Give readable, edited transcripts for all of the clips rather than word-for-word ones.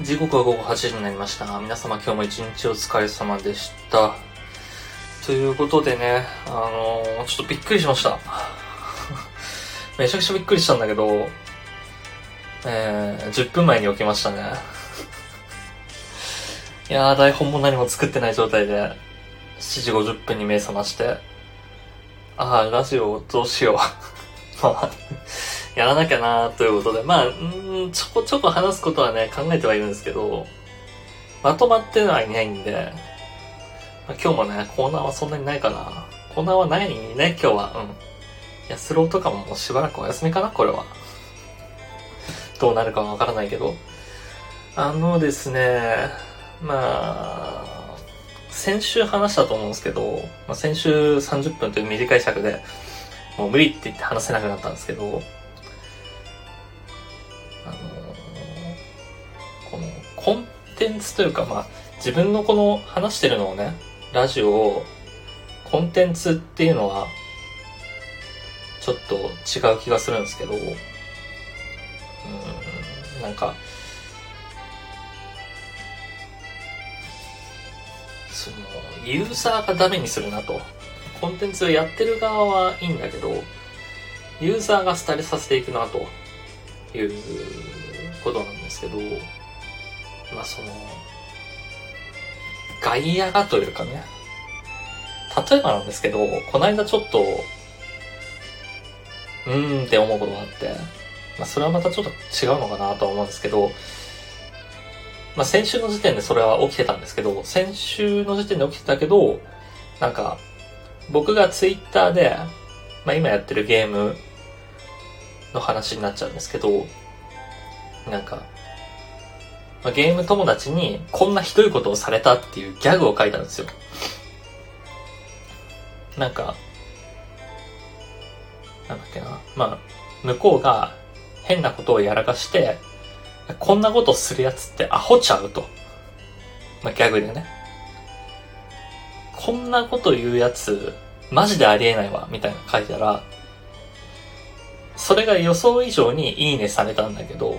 時刻は午後8時になりました。皆様今日も一日お疲れ様でした。ということでね、ちょっとびっくりしました。めちゃくちゃびっくりしたんだけど、10分前に起きましたね。いやー、台本も何も作ってない状態で、7時50分に目覚まして、ラジオどうしよう。まあ、やらなきゃなーということで、ちょこちょこ話すことはね、考えてはいるんですけど、まとまってはいないんで、今日もね、コーナーはそんなにないかな。コーナーはないね、今日は。スローとかももうしばらくお休みかな、これは。どうなるかはわからないけど。ですね、先週話したと思うんですけど、先週30分という短い尺で、もう無理って言って話せなくなったんですけど、このコンテンツというか、自分のこの話してるのをね、ラジオをコンテンツっていうのはちょっと違う気がするんですけど、そのユーザーがダメにするなと。コンテンツをやってる側はいいんだけど、ユーザーが廃れさせていくなということなんですけど、外野がというかね、例えばなんですけど、この間ちょっとって思うことがあって、それはまたちょっと違うのかなとは思うんですけど、先週の時点でそれは起きてたんですけど、先週の時点で起きてたけど、僕がツイッターで、今やってるゲームの話になっちゃうんですけど、ゲーム友達にこんなひどいことをされたっていうギャグを書いたんですよ。向こうが変なことをやらかして、こんなことするやつってアホちゃうと。ギャグでね。こんなこと言うやつ、マジでありえないわ、みたいな書いたら、それが予想以上にいいねされたんだけど、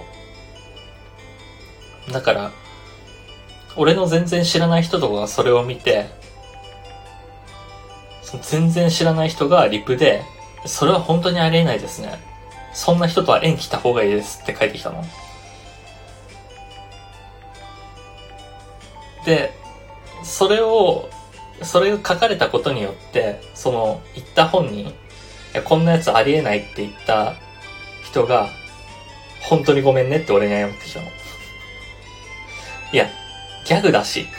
だから、俺の全然知らない人とかがそれを見て、全然知らない人がリプで、それは本当にありえないですね。そんな人とは縁切った方がいいですって書いてきたの。で、それが書かれたことによって、言った本人、こんなやつありえないって言った人が、本当にごめんねって俺に謝ってきたの。いや、ギャグだし、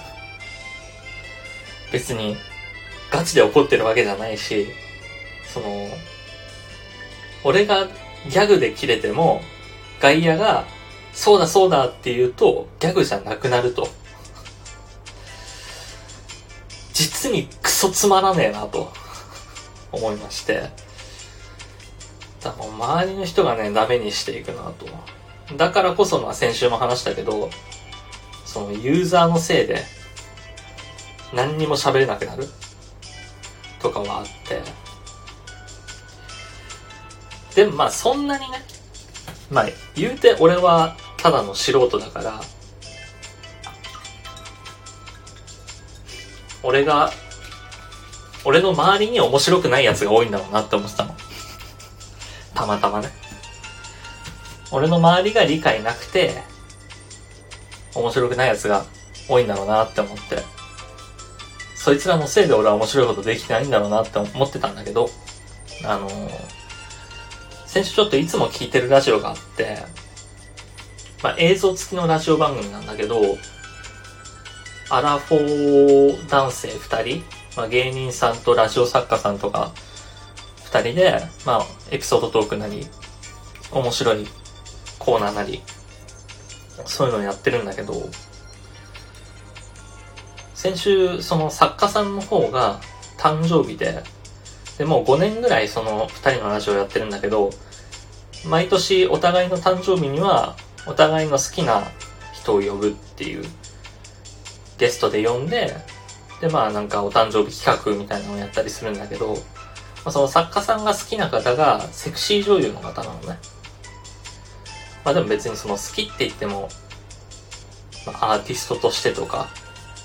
別にガチで怒ってるわけじゃないし、俺がギャグで切れても、外野が、そうだそうだって言うと、ギャグじゃなくなると。実にクソつまらねえなと思いまして、周りの人がねダメにしていくなと。だからこそ先週も話したけど、そのユーザーのせいで何にも喋れなくなるとかはあって、でもそんなにね、言うて俺はただの素人だから、俺の周りに面白くないやつが多いんだろうなって思ってたの。たまたまね。俺の周りが理解なくて、面白くないやつが多いんだろうなって思って、そいつらのせいで俺は面白いことできてないんだろうなって思ってたんだけど、先週ちょっといつも聞いてるラジオがあって、映像付きのラジオ番組なんだけど、アラフォー男性2人、芸人さんとラジオ作家さんとか2人で、エピソードトークなり、面白いコーナーなり、そういうのをやってるんだけど、先週その作家さんの方が誕生日で、もう5年ぐらいその2人のラジオやってるんだけど、毎年お互いの誕生日にはお互いの好きな人を呼ぶっていう、ゲストで呼んで、でお誕生日企画みたいなのをやったりするんだけど、その作家さんが好きな方がセクシー女優の方なのね。でも別に好きって言ってもアーティストとしてとか、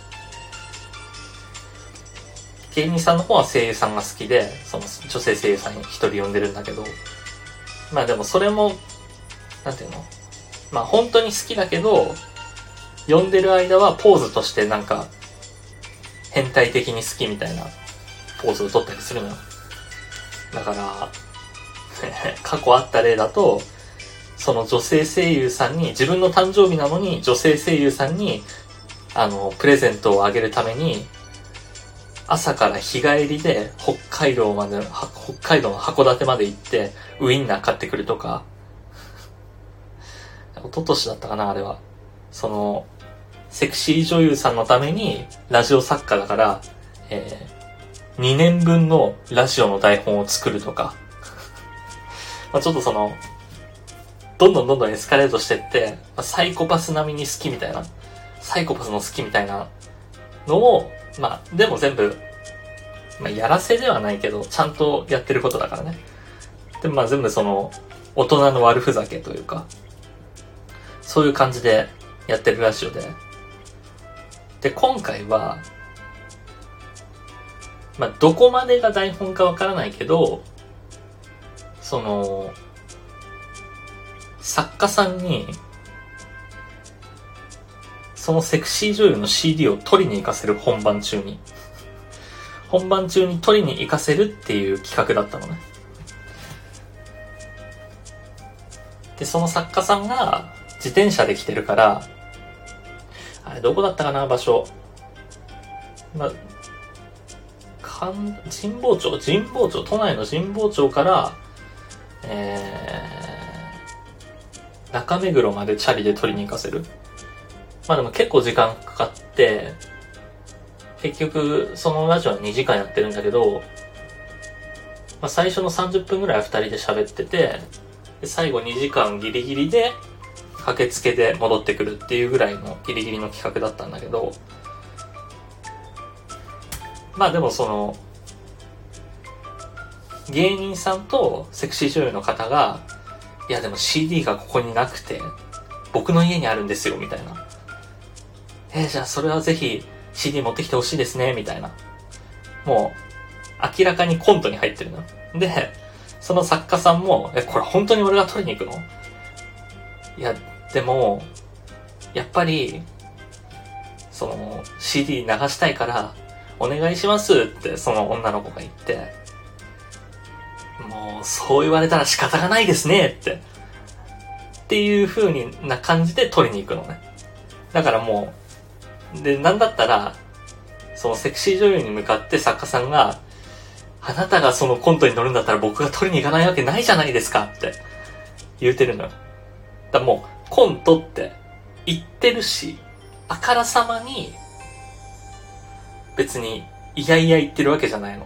芸人さんの方は声優さんが好きで、その女性声優さんに一人呼んでるんだけど、まあでもそれも、なんていうの？まあ本当に好きだけど、呼んでる間はポーズとしてなんか、変態的に好きみたいなポーズを取ったりするのよ。だから、過去あった例だと、その女性声優さんに、自分の誕生日なのに女性声優さんに、プレゼントをあげるために、朝から日帰りで北海道の函館まで行って、ウインナー買ってくるとか、一昨年だったかな、あれは。その、セクシー女優さんのために、ラジオ作家だから、2年分のラジオの台本を作るとか、まあちょっとその、どんどんエスカレートしてって、サイコパス並みに好きみたいな、サイコパスの好きみたいなのを、まあ、でも全部、まあ、やらせではないけど、ちゃんとやってることだからね。でもまあ全部その、大人の悪ふざけというか、そういう感じでやってるラジオで。で、今回は、まあ、どこまでが台本かわからないけど、その、作家さんに、そのセクシー女優の CD を取りに行かせる、本番中に取りに行かせるっていう企画だったのね。で、その作家さんが自転車で来てるから、あれどこだったかな、場所。まあ、神保町、都内の神保町から、中目黒までチャリで取りに行かせる。まあでも結構時間かかって、結局そのラジオは2時間やってるんだけど、まあ最初の30分ぐらいは2人で喋ってて、で最後2時間ギリギリで駆けつけで戻ってくるっていうぐらいのギリギリの企画だったんだけど、まあでもその、芸人さんとセクシー女優の方が、いやでも CD がここになくて、僕の家にあるんですよ、みたいな。じゃあそれはぜひ CD 持ってきてほしいですね、みたいな。もう、明らかにコントに入ってるの。で、その作家さんも、これ本当に俺が取りに行くの？いや、でも、やっぱり、その CD 流したいから、お願いしますってその女の子が言って、もうそう言われたら仕方がないですねっていう風な感じで取りに行くのね。だからもう、で、なんだったら、そのセクシー女優に向かって作家さんが、あなたがそのコントに乗るんだったら僕が取りに行かないわけないじゃないですかって言うてるのよ。だからもうコントって言ってるし、あからさまに別にいやいや言ってるわけじゃないの。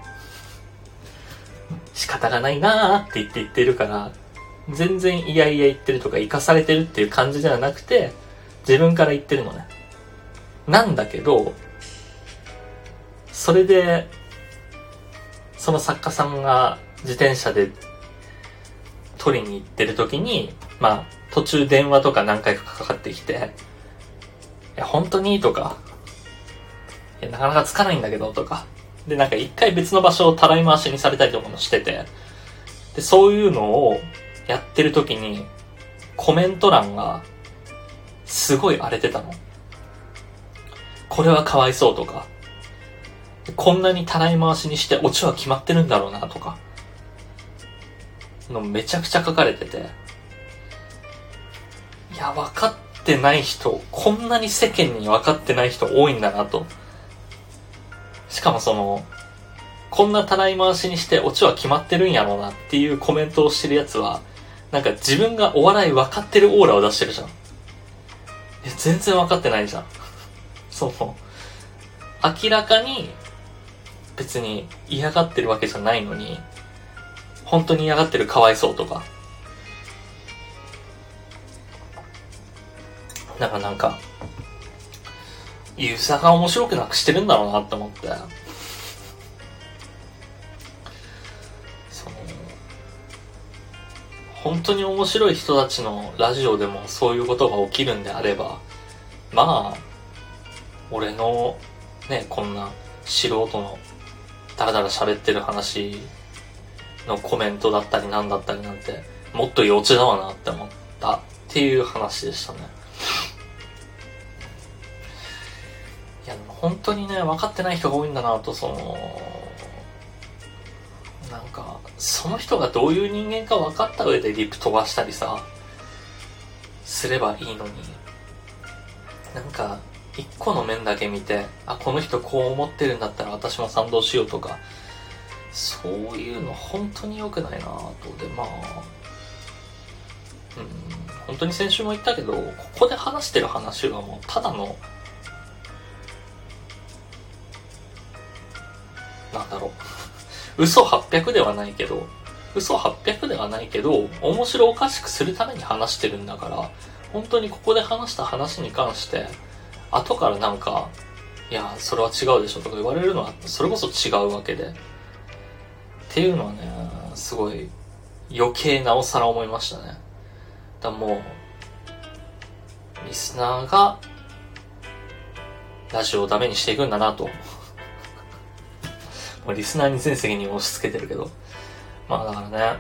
仕方がないなーって言ってるから、全然いやいや言ってるとか生かされてるっていう感じではなくて、自分から言ってるのね。なんだけど、それで、その作家さんが自転車で取りに行ってる時に、まあ、途中電話とか何回かかかってきて、いや、本当にとか、いや、なかなかつかないんだけどとか、で、なんか一回別の場所をたらい回しにされたりとかもしてて、で、そういうのをやってる時に、コメント欄が、すごい荒れてたの。これはかわいそうとか、こんなにたらい回しにしてオチは決まってるんだろうなとか、のめちゃくちゃ書かれてて、いや、分かってない人、こんなに世間に分かってない人多いんだなと。しかもその、こんなたらい回しにしてオチは決まってるんやろうなっていうコメントをしてるやつは、なんか自分がお笑い分かってるオーラを出してるじゃん。全然分かってないじゃん。そう。明らかに別に嫌がってるわけじゃないのに、本当に嫌がってるかわいそうとか。だからなんか、ユーザーが面白くなくしてるんだろうなって思って。本当に面白い人たちのラジオでもそういうことが起きるんであれば、 まあ、俺のね、こんな素人のだらだら喋ってる話のコメントだったりなんだったりなんて、もっと幼稚だわなって思ったっていう話でしたね。いや、でも本当にね、分かってない人が多いんだなと、なんか、その人がどういう人間か分かった上でリプ飛ばしたりさ、すればいいのに、なんか、一個の面だけ見て、あ、この人こう思ってるんだったら私も賛同しようとか、そういうの本当に良くないなと。で、まあ、本当に先週も言ったけど、ここで話してる話はもうただの、なんだろう、嘘800ではないけど、面白おかしくするために話してるんだから、本当にここで話した話に関して、後からなんか、いや、それは違うでしょとか言われるのは、それこそ違うわけで。っていうのはね、すごい余計なおさら思いましたね。だもう、リスナーが、ラジオをダメにしていくんだなと。もうリスナーに全責任を押し付けてるけど。まあだからね、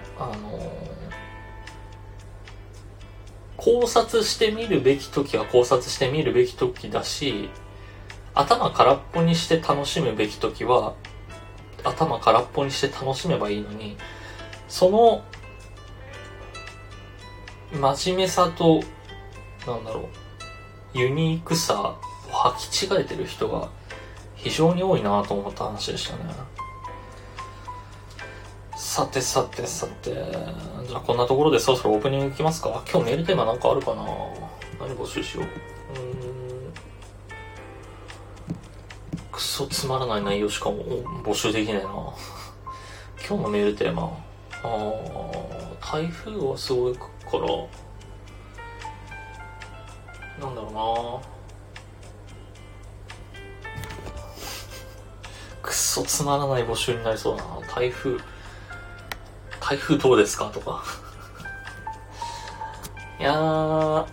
考察してみるべき時は考察してみるべき時だし、頭空っぽにして楽しむべき時は、頭空っぽにして楽しめばいいのに、その、真面目さと、なんだろう、ユニークさを履き違えてる人が非常に多いなと思った話でしたね。さて、じゃあこんなところでそろそろオープニングいきますか。今日メールテーマなんかあるかな。何募集しよう。クソつまらない内容しかも募集できないな。今日のメールテーマ。台風はすごいから、なんだろうな。クソつまらない募集になりそうだな。台風どうですかとか。いやー、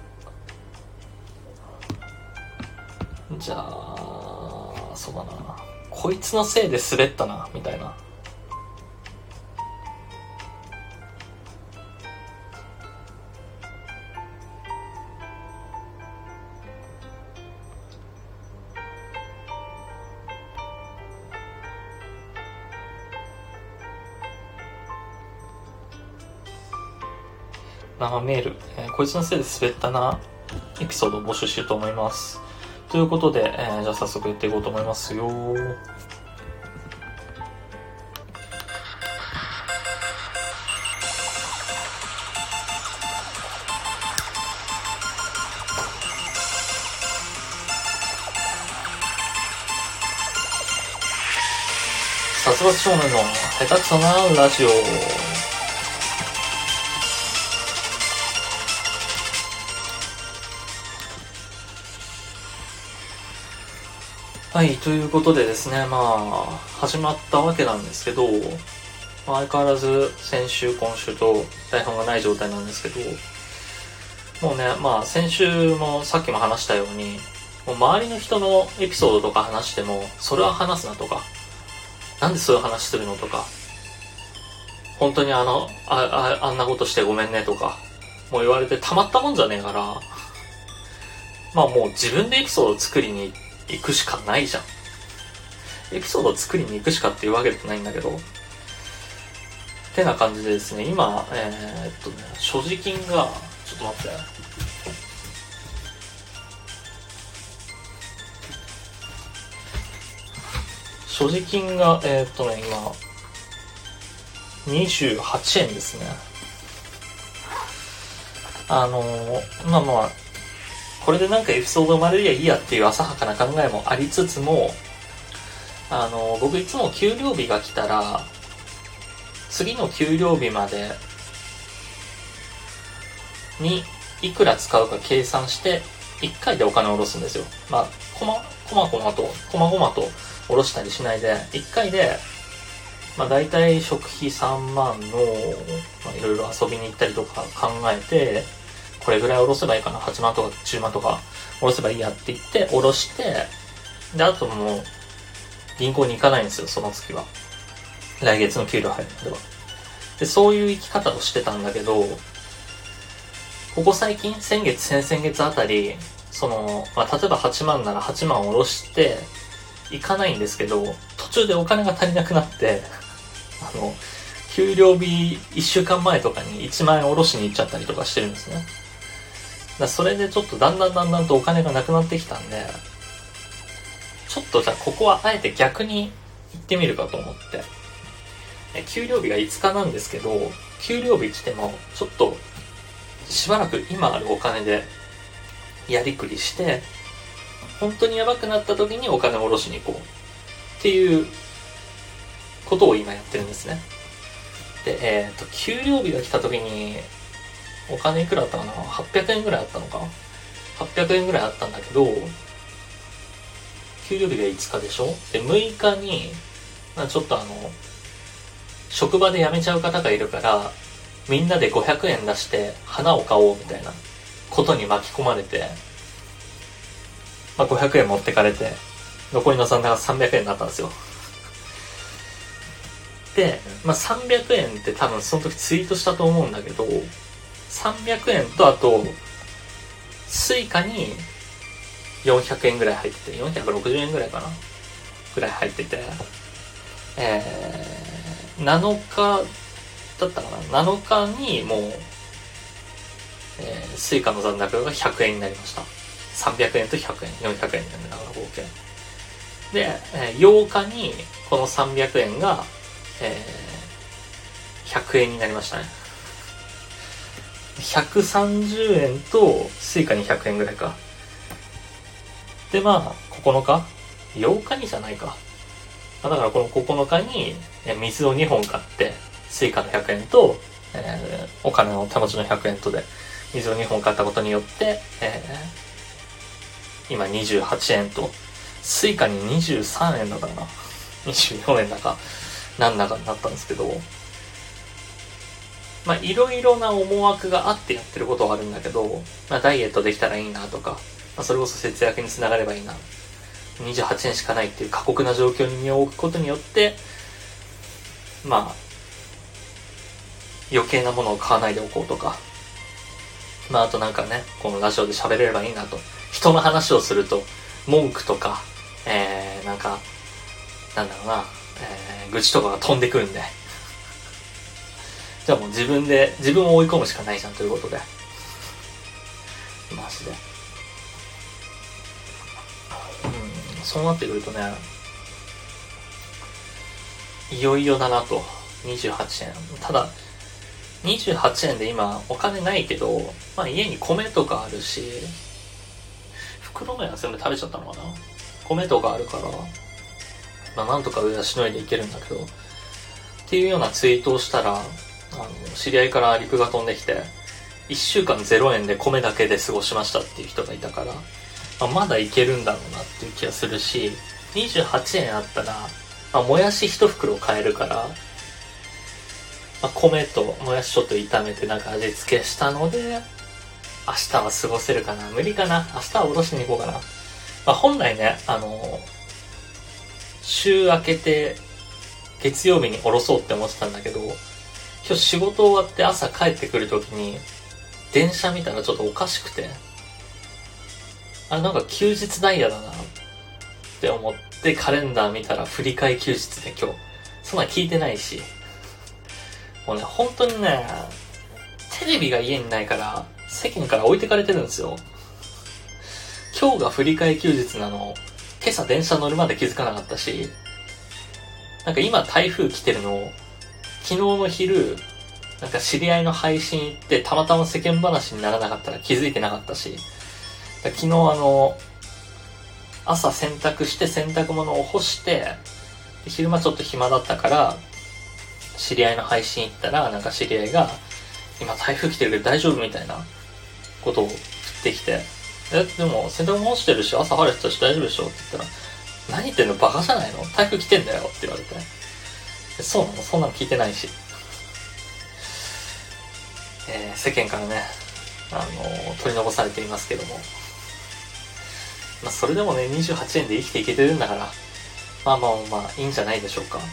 じゃあ、そうだな。こいつのせいで滑ったな、みたいな。生メール、こいつのせいで滑ったなエピソードを募集しようと思います。ということで、じゃあ早速やっていこうと思いますよ。殺伐少年の下手くそなラジオ。はい、ということでですね、まあ、始まったわけなんですけど、まあ、相変わらず先週、今週と台本がない状態なんですけど、もうね、まあ、先週もさっきも話したように、もう周りの人のエピソードとか話しても、それは話すなとか、なんでそういう話するのとか、本当にあんなことしてごめんねとか、もう言われてたまったもんじゃねえから、まあもう自分でエピソードを作りに行くしかないじゃん。エピソードを作りに行くしかっていうわけじゃないんだけど、てな感じでですね、今、所持金が、ちょっと待って。所持金が、今、28円ですね。まあ、これでなんかエピソード生まれりゃいいやっていう浅はかな考えもありつつも、僕いつも給料日が来たら、次の給料日までにいくら使うか計算して、1回でお金を下ろすんですよ。まあ、こまごまと下ろしたりしないで、1回で、まあ大体食費3万の、まあいろいろ遊びに行ったりとか考えて、 これぐらい下ろせばいいかな、8万とか10万とか下ろせばいいやって言って下ろして、であともう銀行に行かないんですよ、その月は。来月の給料入るまでは。でそういう生き方をしてたんだけど、ここ最近、先月先々月あたり、例えば8万なら8万下ろしていかないんですけど、途中でお金が足りなくなって給料日1週間前とかに1万円下ろしに行っちゃったりとかしてるんですね。それでちょっとだんだんとお金がなくなってきたんで、ちょっとじゃあここはあえて逆に行ってみるかと思って、給料日が5日なんですけど、給料日来てもちょっとしばらく今あるお金でやりくりして、本当にやばくなった時にお金を下ろしに行こうっていうことを今やってるんですね。で、給料日が来た時にお金いくらあったかな、800円ぐらいあったのか、800円ぐらいあったんだけど、給料日が5日でしょ。で6日にちょっと職場で辞めちゃう方がいるから、みんなで500円出して花を買おうみたいなことに巻き込まれて、500円持ってかれて、残りの残高300円になったんですよ。で、300円って多分その時ツイートしたと思うんだけど、300円とあと、スイカに400円ぐらい入ってて、460円ぐらいかなぐらい入ってて、7日だったかな ?7 日にもう、スイカの残高が100円になりました。300円と100円、400円になるだから合計。で、8日にこの300円が、100円になりましたね。130円とスイカに100円ぐらいか。で、9日 ?8 日にじゃないか。だからこの9日に水を2本買って、スイカの100円と、お金の手持ちの100円とで水を2本買ったことによって、今28円と、スイカに23円だからな。24円だか、なんだかになったんですけど、いろいろな思惑があってやってることはあるんだけど、ダイエットできたらいいなとか、それこそ節約につながればいいな。28円しかないっていう過酷な状況に身を置くことによって、余計なものを買わないでおこうとか、あとこのラジオで喋れればいいなと。人の話をすると、文句とか、愚痴とかが飛んでくるんで。じゃあもう自分を追い込むしかないじゃんということで。マジで。そうなってくるとね、いよいよだなと。28円。ただ、28円で今お金ないけど、家に米とかあるし、袋麺は全部食べちゃったのかな。米とかあるから、なんとか上はしのいでいけるんだけど、っていうようなツイートをしたら、知り合いからリプが飛んできて、1週間0円で米だけで過ごしましたっていう人がいたから、まだいけるんだろうなっていう気がするし、28円あったら、もやし1袋買えるから、米ともやしちょっと炒めて味付けしたので、明日は過ごせるかな。無理かな。明日はおろしに行こうかな。本来ね、週明けて月曜日におろそうって思ってたんだけど、今日仕事終わって朝帰ってくるときに電車見たらちょっとおかしくて、休日ダイヤだなって思ってカレンダー見たら振り替え休日で今日。そんな聞いてないし。もうね、本当にね、テレビが家にないから世間から置いてかれてるんですよ。今日が振り替え休日なの、今朝電車乗るまで気づかなかったし、今台風来てるの、昨日の昼、知り合いの配信行ってたまたま世間話にならなかったら気づいてなかったし、昨日朝洗濯して洗濯物を干して、昼間ちょっと暇だったから、知り合いの配信行ったら、知り合いが、今台風来てるけど大丈夫みたいなことを振ってきて、でも洗濯物干してるし朝晴れてたし大丈夫でしょって言ったら、何言ってんのバカじゃないの台風来てんだよって言われて、そうなのそんなの聞いてないし、世間からね取り残されていますけども。まあ、それでもね、28円で生きていけてるんだから、まあ、いいんじゃないでしょうか。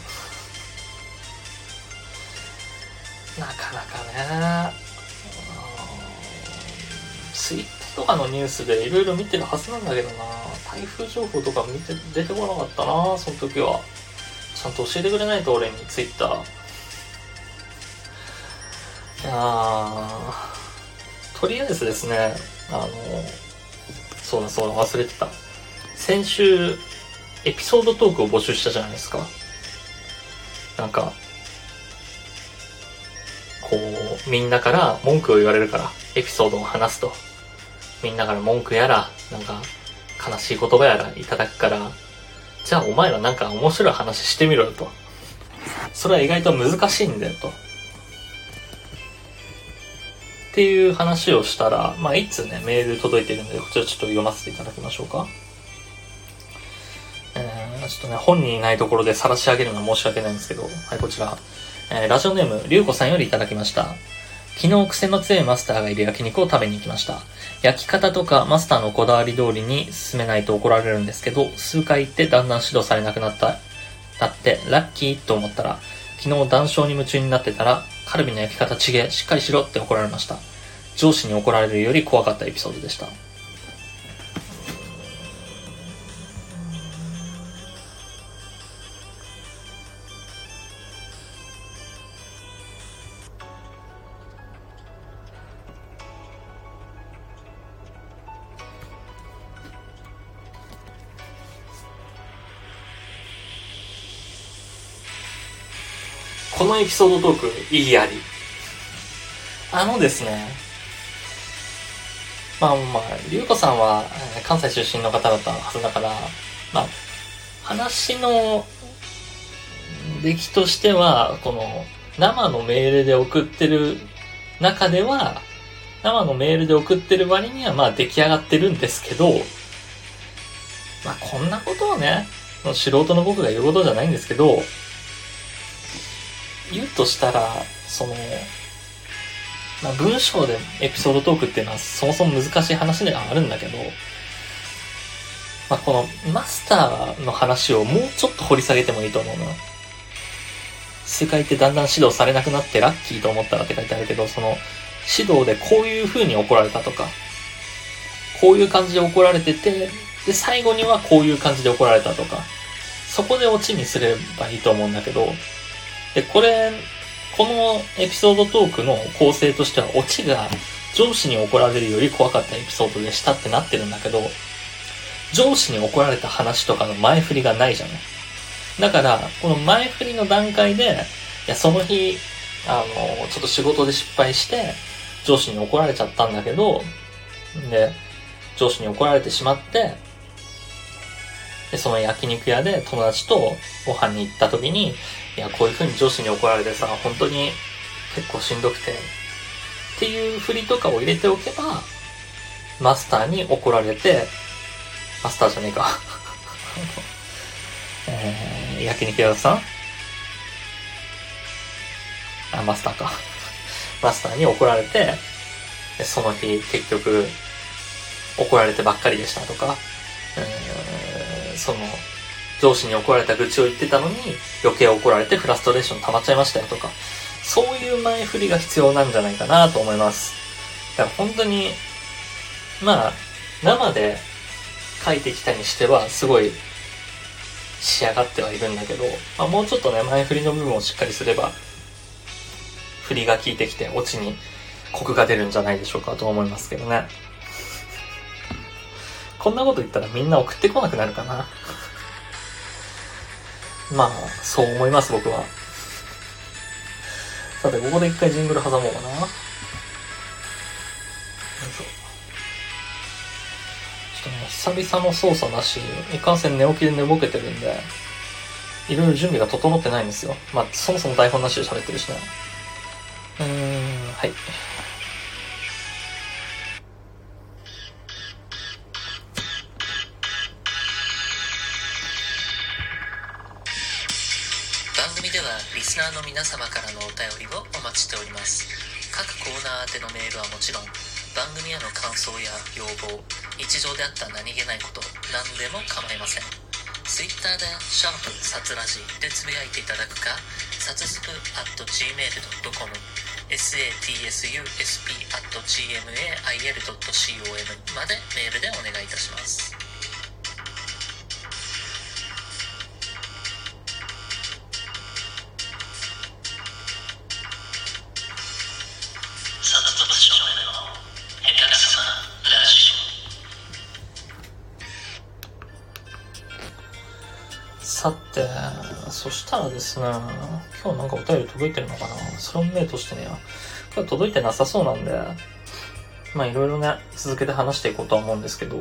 なかなかね、ツイッターとかのニュースでいろいろ見てるはずなんだけどな、台風情報とか出てこなかったな、その時は。ちゃんと教えてくれないと、俺にツイッター。とりあえずですね、そうだ、忘れてた。先週、エピソードトークを募集したじゃないですか。なんか、こう、みんなから文句を言われるから、エピソードを話すと。みんなから文句やら、なんか、悲しい言葉やらいただくから、じゃあお前らなんか面白い話してみろよと。それは意外と難しいんだよと。っていう話をしたら、まあ、いつね、メール届いてるんで、こちらちょっと読ませていただきましょうか。ちょっとね、本人いないところで晒し上げるのは申し訳ないんですけど、はい、こちら。ラジオネーム、りゅうこさんよりいただきました。昨日癖の強いマスターがいる焼肉を食べに行きました。焼き方とかマスターのこだわり通りに進めないと怒られるんですけど、数回行ってだんだん指導されなくなって、ラッキーと思ったら、昨日談笑に夢中になってたら、カルビの焼き方ちげ、しっかりしろって怒られました。上司に怒られるより怖かったエピソードでした。このエピソードトーク、意義あり。ですね、りゅうこさんは関西出身の方だったはずだから、まあ、話の出来としては、この生のメールで送ってる中では、生のメールで送ってる割にはまあ出来上がってるんですけど、まあこんなことをね、素人の僕が言うことじゃないんですけど、言うとしたら、文章でエピソードトークっていうのはそもそも難しい話ではあるんだけど、このマスターの話をもうちょっと掘り下げてもいいと思うのよ。数回ってだんだん指導されなくなってラッキーと思ったらって書いてあるけど、その指導でこういう風に怒られたとか、こういう感じで怒られてて、で最後にはこういう感じで怒られたとか、そこでオチにすればいいと思うんだけど、でこのエピソードトークの構成としては、オチが上司に怒られるより怖かったエピソードでしたってなってるんだけど、上司に怒られた話とかの前振りがないじゃない。だから、この前振りの段階で、その日、ちょっと仕事で失敗して、上司に怒られちゃったんだけど、で、上司に怒られてしまって、で、その焼肉屋で友達とご飯に行った時に、こういう風に上司に怒られてさ、本当に結構しんどくて、っていう振りとかを入れておけば、マスターに怒られて、マスターじゃねえか。焼肉屋さん？マスターか。マスターに怒られて、その日結局怒られてばっかりでしたとか、上司に怒られた愚痴を言ってたのに余計怒られてフラストレーション溜まっちゃいましたよとか、そういう前振りが必要なんじゃないかなと思います。だから本当に生で書いてきたにしてはすごい仕上がってはいるんだけど、もうちょっとね、前振りの部分をしっかりすれば振りが効いてきてオチにコクが出るんじゃないでしょうかと思いますけどね。こんなこと言ったらみんな送ってこなくなるかな。そう思います僕は。さて、ここで一回ジングル挟もうかな。よいしょ。ちょっとね、久々の操作だし、いかんせん寝起きで寝ぼけてるんで、いろいろ準備が整ってないんですよ。そもそも台本なしで喋ってるしね。はい。番組ではリスナーの皆様からのお便りをお待ちしております。各コーナー宛てのメールはもちろん、 番組への感想や要望、日常であった何気ないこと何でも構いません。Twitter でサツラジでつぶやいていただくか、サツスプ @gmail.com satsp@gmail.com までメールでお願いいたします。 さて、そしたらですね、今日なんかお便り届いてるのかな。それも目としてね、今日届いてなさそうなんで、まあいろいろね、続けて話していこうとは思うんですけど、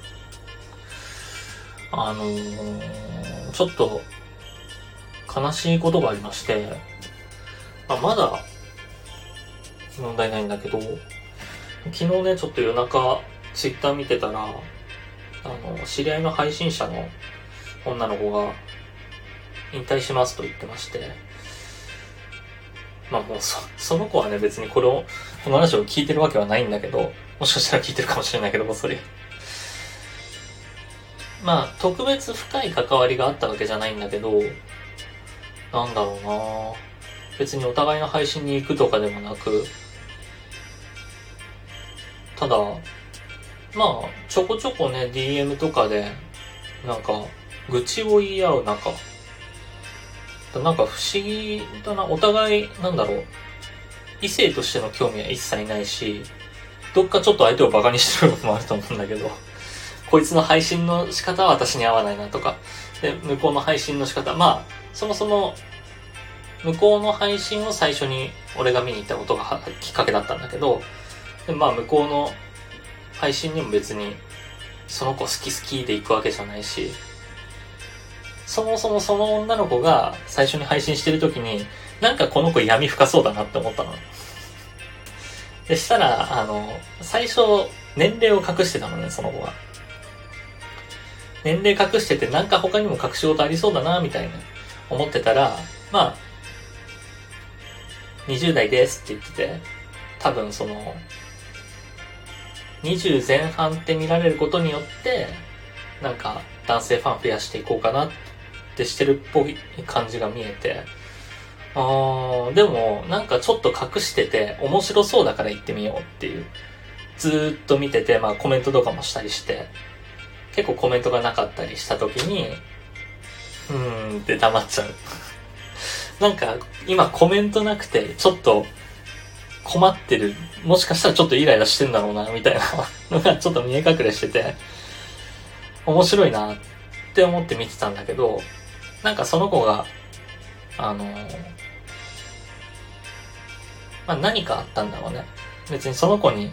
ちょっと悲しいことがありまして、まだ問題ないんだけど、昨日ね、ちょっと夜中ツイッター見てたら、知り合いの配信者の女の子が引退しますと言ってまして、まあもうその子はね、別にこの話を聞いてるわけはないんだけど、もしかしたら聞いてるかもしれないけど、それ。まあ特別深い関わりがあったわけじゃないんだけど、なんだろうな、別にお互いの配信に行くとかでもなく、ただまあちょこちょこね DM とかでなんか愚痴を言い合う中、なんか不思議だな。お互いなんだろう、異性としての興味は一切ないし、どっかちょっと相手をバカにしてることもあると思うんだけど、こいつの配信の仕方は私に合わないなとか、で向こうの配信の仕方、まあそもそも向こうの配信を最初に俺が見に行ったことがきっかけだったんだけど、でまあ向こうの配信にも別にその子好き好きで行くわけじゃないし、そもそもその女の子が最初に配信してる時になんかこの子闇深そうだなって思ったので、したら最初年齢を隠してたのね、その子が年齢隠してて、なんか他にも隠し事ありそうだなみたいな思ってたら、まあ20代ですって言ってて、多分その20前半って見られることによってなんか男性ファン増やしていこうかなってしてるっぽい感じが見えて、でもなんかちょっと隠してて面白そうだから行ってみようっていう、ずーっと見てて、まあコメントとかもしたりして、結構コメントがなかったりした時にって黙っちゃうなんか今コメントなくてちょっと困ってる、もしかしたらちょっとイライラしてんだろうなみたいなのがちょっと見え隠れしてて面白いなって思って見てたんだけど、なんかその子がまあ何かあったんだろうね。別にその子に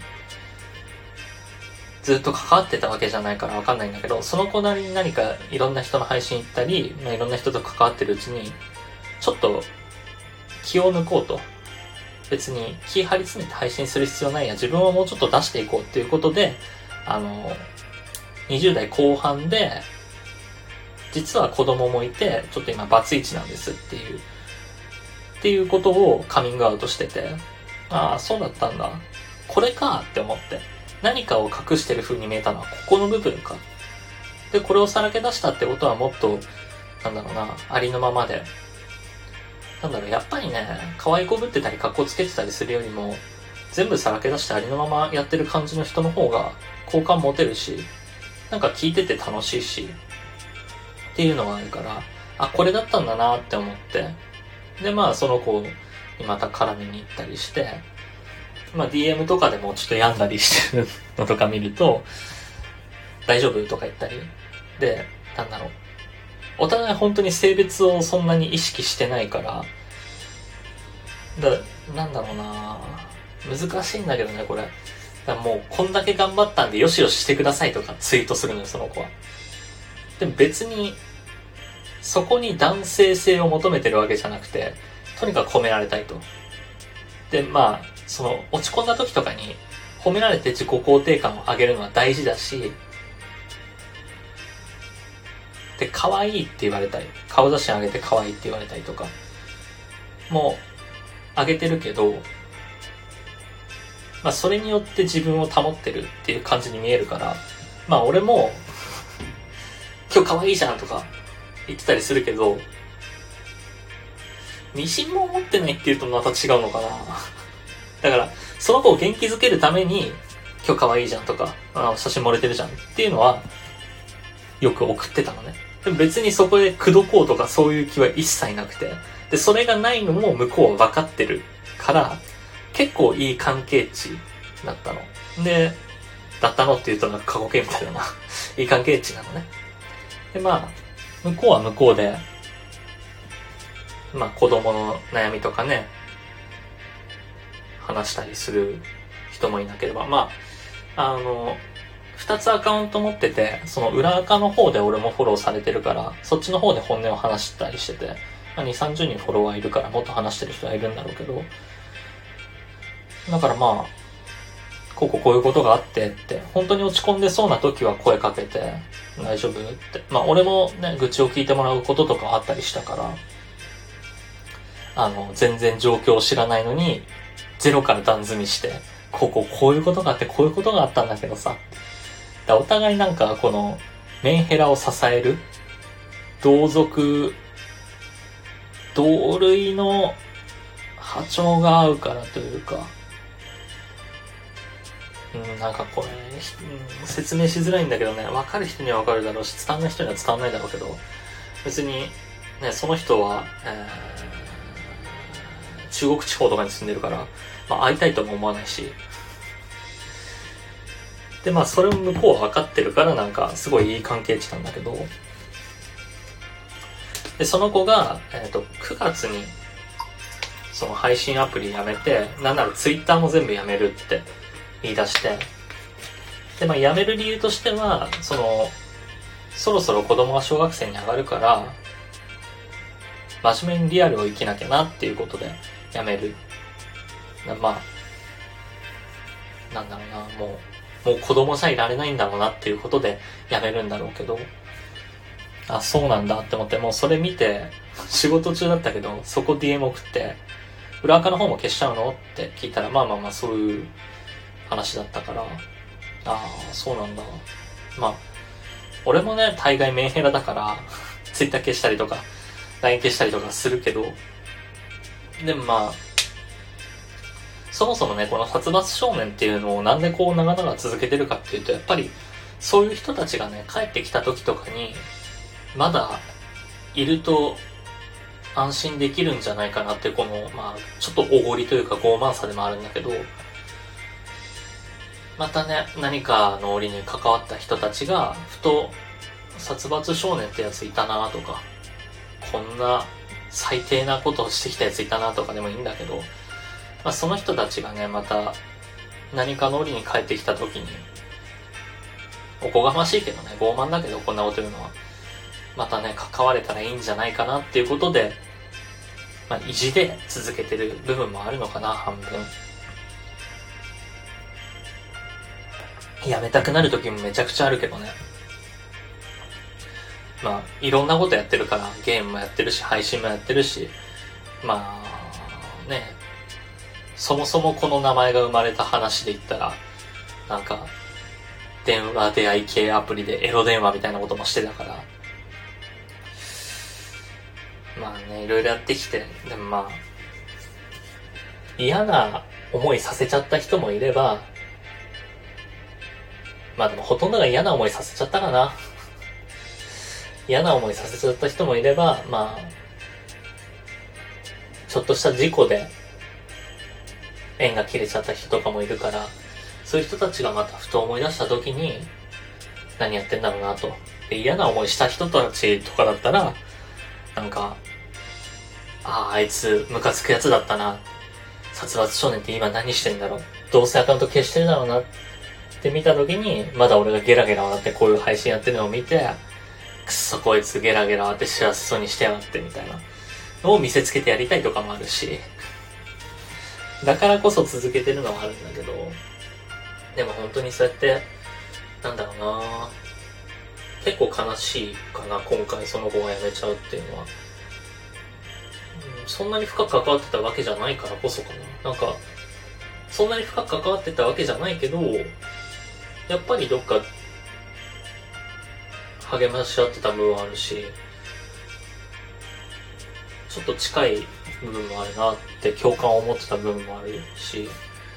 ずっと関わってたわけじゃないからわかんないんだけど、その子なりに何かいろんな人の配信行ったり、まあ、いろんな人と関わってるうちにちょっと気を抜こうと、別に気張り詰めて配信する必要ないや、自分をもうちょっと出していこうっていうことで、20代後半で実は子供もいてちょっと今バツイチなんですっていうことをカミングアウトしてて、ああそうだったんだ、これかって思って、何かを隠してる風に見えたのはここの部分かで、これをさらけ出したってことはもっとなんだろうな、ありのままで、なんだろう、やっぱりね、可愛いこぶってたり格好つけてたりするよりも全部さらけ出してありのままやってる感じの人の方が好感持てるし、なんか聞いてて楽しいしっていうのがあるから、あ、これだったんだなって思って、でまあその子にまた絡みに行ったりして、まあ DM とかでもちょっと病んだりしてるのとか見ると大丈夫とか言ったりで、なんだろう、お互い本当に性別をそんなに意識してないから、なんだろうな、難しいんだけどねこれ。だもうこんだけ頑張ったんでよしよししてくださいとかツイートするのよ、その子は。でも別にそこに男性性を求めてるわけじゃなくて、とにかく褒められたいと。でまあその落ち込んだ時とかに褒められて自己肯定感を上げるのは大事だし、で可愛いって言われたり、顔写真上げて可愛いって言われたりとかもう上げてるけど、 まあそれによって自分を保ってるっていう感じに見えるから、まあ俺も今日可愛いじゃんとか言ってたりするけど、自信も持ってないっていうとまた違うのかな。だからその子を元気づけるために今日可愛いじゃんとか、写真漏れてるじゃんっていうのはよく送ってたのね。でも別にそこで口説こうとかそういう気は一切なくて、でそれがないのも向こうは分かってるから結構いい関係値だったので、だったのって言うとなんか過去形みたいだな。いい関係値なのね。でまあ向こうは向こうで、まあ子供の悩みとかね話したりする人もいなければ、まあ2つアカウント持ってて、その裏アカの方で俺もフォローされてるから、そっちの方で本音を話したりしてて、まあ、2、30人フォロワーいるからもっと話してる人はいるんだろうけど、だからまあこういうことがあってって、本当に落ち込んでそうな時は声かけて、大丈夫って。まあ俺もね、愚痴を聞いてもらうこととかあったりしたから、全然状況を知らないのに、ゼロから段積みして、こういうことがあって、こういうことがあったんだけどさ。お互いなんかこの、メンヘラを支える、同類の波長が合うからというか、なんかこれ、説明しづらいんだけどね、分かる人には分かるだろうし、伝わんない人には伝わんないだろうけど、別に、ね、その人は、中国地方とかに住んでるから、まあ会いたいとも思わないし、でまあそれも向こうは分かってるからなんかすごいいい関係値なんだけど、でその子が、9月にその配信アプリやめて、なんならツイッターも全部やめるって言い出して、でまあやめる理由としては、そろそろ子供が小学生に上がるから、真面目にリアルを生きなきゃなっていうことでやめる。まあ、なんだろうな、もう子供じゃいられないんだろうなっていうことでやめるんだろうけど、あ、そうなんだって思って、もうそれ見て、仕事中だったけど、そこ DM 送って、裏垢の方も消しちゃうのって聞いたら、まあ、そういう話だったから、ああ、そうなんだ。まあ、俺もね、大概メンヘラだから、Twitter 消したりとか、LINE 消したりとかするけど、でもまあ、そもそもね、この殺伐少年っていうのをなんでこう長々続けてるかっていうと、やっぱりそういう人たちがね、帰ってきた時とかに、まだいると安心できるんじゃないかなっていう、この、まあ、ちょっとおごりというか傲慢さでもあるんだけど、またね、何かの折に関わった人たちが、ふと、殺伐少年ってやついたなとか、こんな最低なことをしてきたやついたなとかでもいいんだけど、まあ、その人たちがね、また何かの折に帰ってきた時に、おこがましいけどね、傲慢だけどこんなこと言うのは、またね、関われたらいいんじゃないかなっていうことで、まあ、意地で続けてる部分もあるのかな、半分。やめたくなる時もめちゃくちゃあるけどね。まあ、いろんなことやってるから、ゲームもやってるし、配信もやってるし、まあ、ね、そもそもこの名前が生まれた話で言ったら、なんか、電話出会い系アプリでエロ電話みたいなこともしてたから、まあね、いろいろやってきて、でもまあ、嫌な思いさせちゃった人もいれば、まあでもほとんどが嫌な思いさせちゃったかな。嫌な思いさせちゃった人もいれば、まあ、ちょっとした事故で縁が切れちゃった人とかもいるから、そういう人たちがまたふと思い出した時に、何やってんだろうなと。で、嫌な思いした人たちとかだったら、なんか、あいつムカつくやつだったな。殺伐少年って今何してんだろう。どうせアカウント消してるだろうなって見た時に、まだ俺がゲラゲラ笑ってこういう配信やってるのを見て、くっそこいつゲラゲラ笑って幸せそうにしてやがってみたいなのを見せつけてやりたいとかもあるし、だからこそ続けてるのはあるんだけど、でも本当にそうやって、なんだろうな、結構悲しいかな、今回その子が辞めちゃうっていうのは。そんなに深く関わってたわけじゃないからこそかな。なんか、 そんなに深く関わってたわけじゃないけど、やっぱりどっか励まし合ってた部分はあるし、ちょっと近い部分もあるなって共感を持ってた部分もあるし、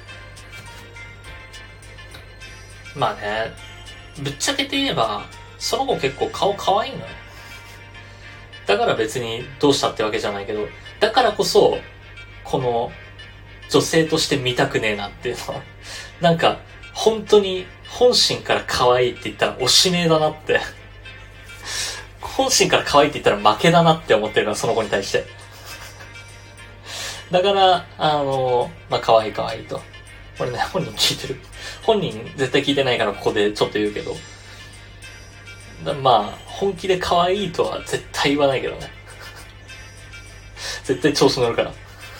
まあね、ぶっちゃけて言えばその子結構顔可愛いのよ。だから別にどうしたってわけじゃないけど、だからこそこの女性として見たくねえなっていうのはなんか本当に本心から可愛いって言ったらおしめだなって本心から可愛いって言ったら負けだなって思ってるから、その子に対して。だからまあ可愛い可愛いと。これね、本人聞いてる。本人絶対聞いてないからここでちょっと言うけど、まあ本気で可愛いとは絶対言わないけどね。絶対調子乗るから。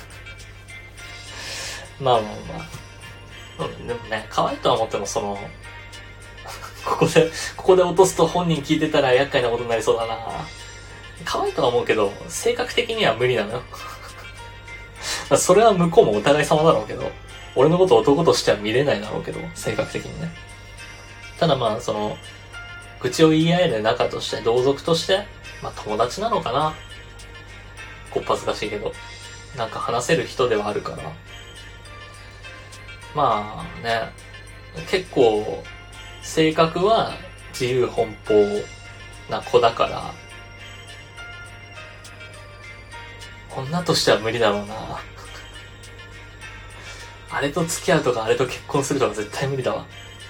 まあまあまあ。でもね、可愛いとは思ってもここで落とすと本人聞いてたら厄介なことになりそうだな。可愛いとは思うけど、性格的には無理なのよ。それは向こうもお互い様だろうけど、俺のこと男としては見れないだろうけど、性格的にね。ただまあ、愚痴を言い合える仲として、同族として、まあ友達なのかな。こっぱずかしいけど。なんか話せる人ではあるから。まあね、結構、性格は自由奔放な子だから、女としては無理だろうな。あれと付き合うとかあれと結婚するとか絶対無理だわ。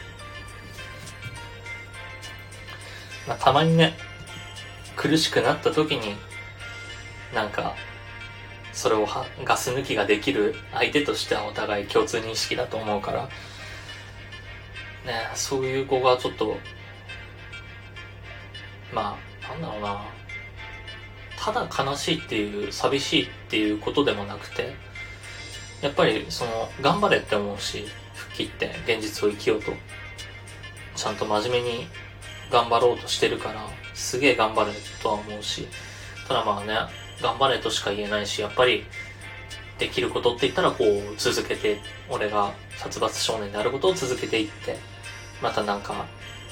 まあたまにね、苦しくなった時になんかそれをガス抜きができる相手としてはお互い共通認識だと思うからね、そういう子がちょっとまあなんだろうな、ただ悲しいっていう寂しいっていうことでもなくて、やっぱり頑張れって思うし、復帰って現実を生きようとちゃんと真面目に頑張ろうとしてるから、すげえ頑張れとは思うし、ただまあね、頑張れとしか言えないし、やっぱりできることって言ったらこう続けて、俺が殺伐少年であることを続けていって、またなんか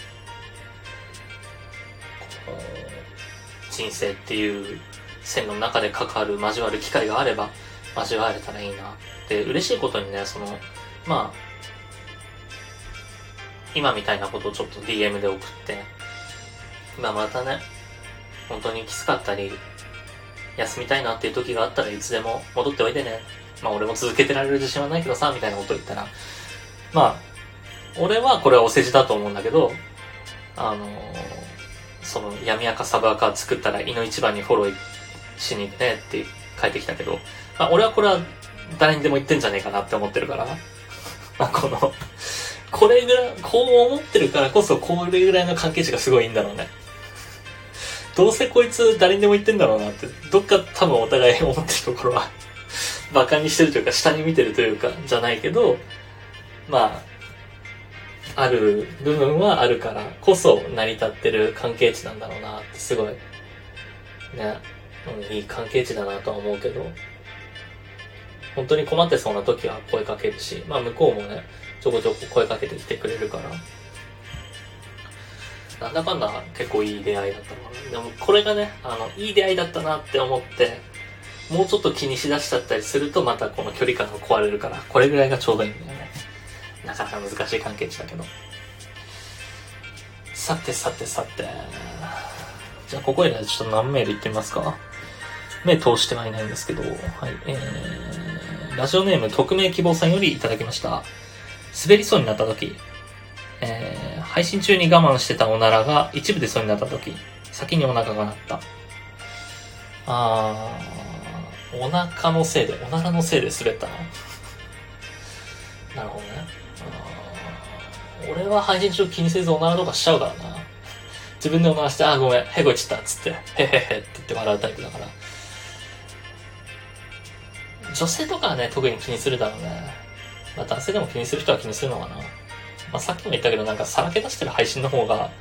人生っていう線の中で関わる交わる機会があれば交われたらいいなって嬉しいことにね、まあ今みたいなことをちょっと DM で送って、またね、本当にきつかったり休みたいなっていう時があったらいつでも戻っておいでね、まあ俺も続けてられる自信はないけどさみたいなことを言ったら、まあ俺はこれはお世辞だと思うんだけど、闇赤サブ赤作ったら胃の一番にフォローしに行くねって書いてきたけど、まあ俺はこれは誰にでも言ってんじゃねえかなって思ってるから、まあこれぐらい、こう思ってるからこそこれぐらいの関係値がすごいいいんだろうね。どうせこいつ誰にでも言ってんだろうなって、どっか多分お互い思ってるところはバカにしてるというか下に見てるというかじゃないけど、まあある部分はあるからこそ成り立ってる関係値なんだろうなってすごいね、いい関係値だなとは思うけど、本当に困ってそうな時は声かけるし、まあ向こうもねちょこちょこ声かけてきてくれるから、なんだかんだ結構いい出会いだったの。でもこれがね、いい出会いだったなって思ってもうちょっと気にしだしちゃったりするとまたこの距離感が壊れるから、これぐらいがちょうどいいんだよね。なかなか難しい関係値だけど。さてじゃあここへねちょっと何メールいってみますか。目通してはいないんですけど、はい、ラジオネーム匿名希望さんよりいただきました。滑りそうになった時、配信中に我慢してたおならが一部でそうになった時、先にお腹が鳴った。お腹のせいで、おならのせいで滑ったな。なるほどね。俺は配信中気にせずおならとかしちゃうからな。自分でおならして、ごめん、へこいちったっつって、へへへって言って笑うタイプだから。女性とかはね、特に気にするだろうね。まあ男性でも気にする人は気にするのかな。まあさっきも言ったけど、なんかさらけ出してる配信の方が、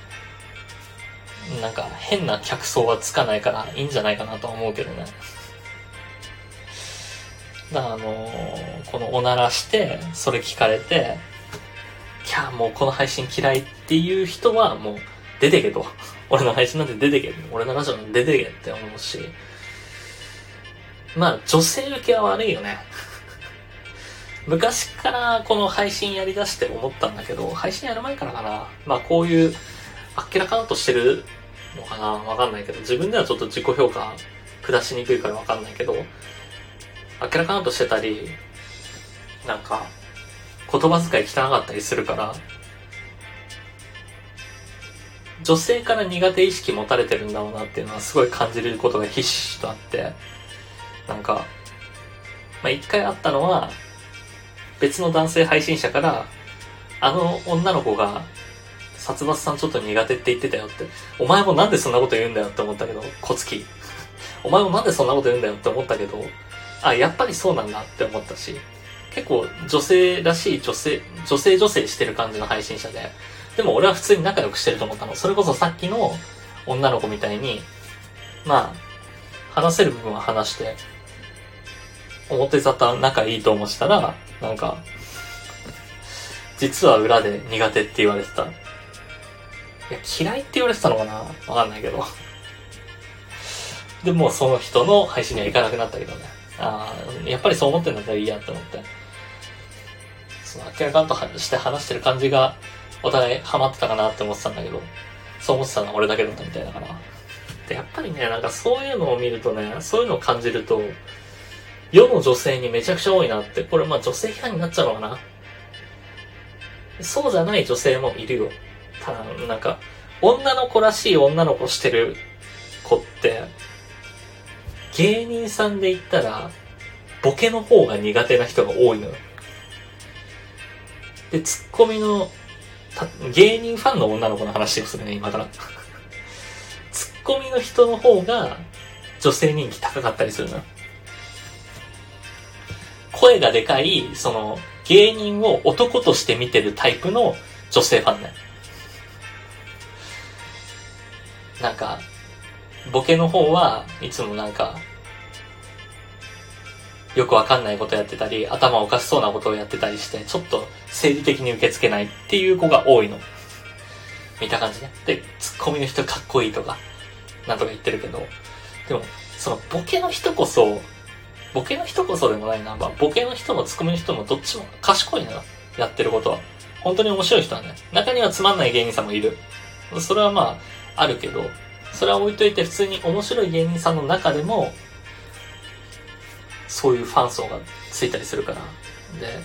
なんか変な客層はつかないからいいんじゃないかなとは思うけどね。 だからこのおならして、それ聞かれて、もうこの配信嫌いっていう人はもう出てけと。俺の配信なんて出てけ。俺のラジオなんて出てけって思うし。まあ、女性受けは悪いよね。昔からこの配信やり出して思ったんだけど、配信やる前からかな。まあこういう、あっけらかんとしてるのかなわかんないけど、自分ではちょっと自己評価下しにくいからわかんないけど、あっけらかんとしてたり、なんか、言葉遣い汚かったりするから、女性から苦手意識持たれてるんだろうなっていうのはすごい感じることがひしひしとあって、なんか、まあ一回あったのは、別の男性配信者から、あの女の子が、殺伐さんちょっと苦手って言ってたよって、お前もなんでそんなこと言うんだよって思ったけど、小月。お前もなんでそんなこと言うんだよって思ったけど、やっぱりそうなんだって思ったし、結構女性らしい女性してる感じの配信者で、でも俺は普通に仲良くしてると思ったの。それこそさっきの女の子みたいに、まあ、話せる部分は話して、表沙汰仲いいと思ったら、なんか、実は裏で苦手って言われてた。いや、嫌いって言われてたのかなわかんないけど。でもその人の配信には行かなくなったけどね。やっぱりそう思ってんだったらいいやって思って。その明らかんとして話してる感じがお互いハマってたかなって思ってたんだけど、そう思ってたのは俺だけだったみたいだから。で、やっぱりね、なんかそういうのを見るとね、そういうのを感じると、世の女性にめちゃくちゃ多いなって、これまあ女性批判になっちゃうのかな。そうじゃない女性もいるよ。ただ、なんか、女の子らしい女の子してる子って、芸人さんで言ったら、ボケの方が苦手な人が多いのよ。で、ツッコミの、芸人ファンの女の子の話をするね、今から。ツッコミの人の方が、女性人気高かったりするのよ。声がでかい、その、芸人を男として見てるタイプの女性ファンね。なんか、ボケの方はいつもなんか、よくわかんないことやってたり、頭おかしそうなことをやってたりして、ちょっと生理的に受け付けないっていう子が多いの。見た感じね。で、ツッコミの人かっこいいとか、なんとか言ってるけど、でも、そのボケの人こそでもないな。まあ、ボケの人もツッコミの人もどっちも賢いな。やってることは。本当に面白い人はね。中にはつまんない芸人さんもいる。それはまあ、あるけど、それは置いといて普通に面白い芸人さんの中でも、そういうファン層がついたりするから。で、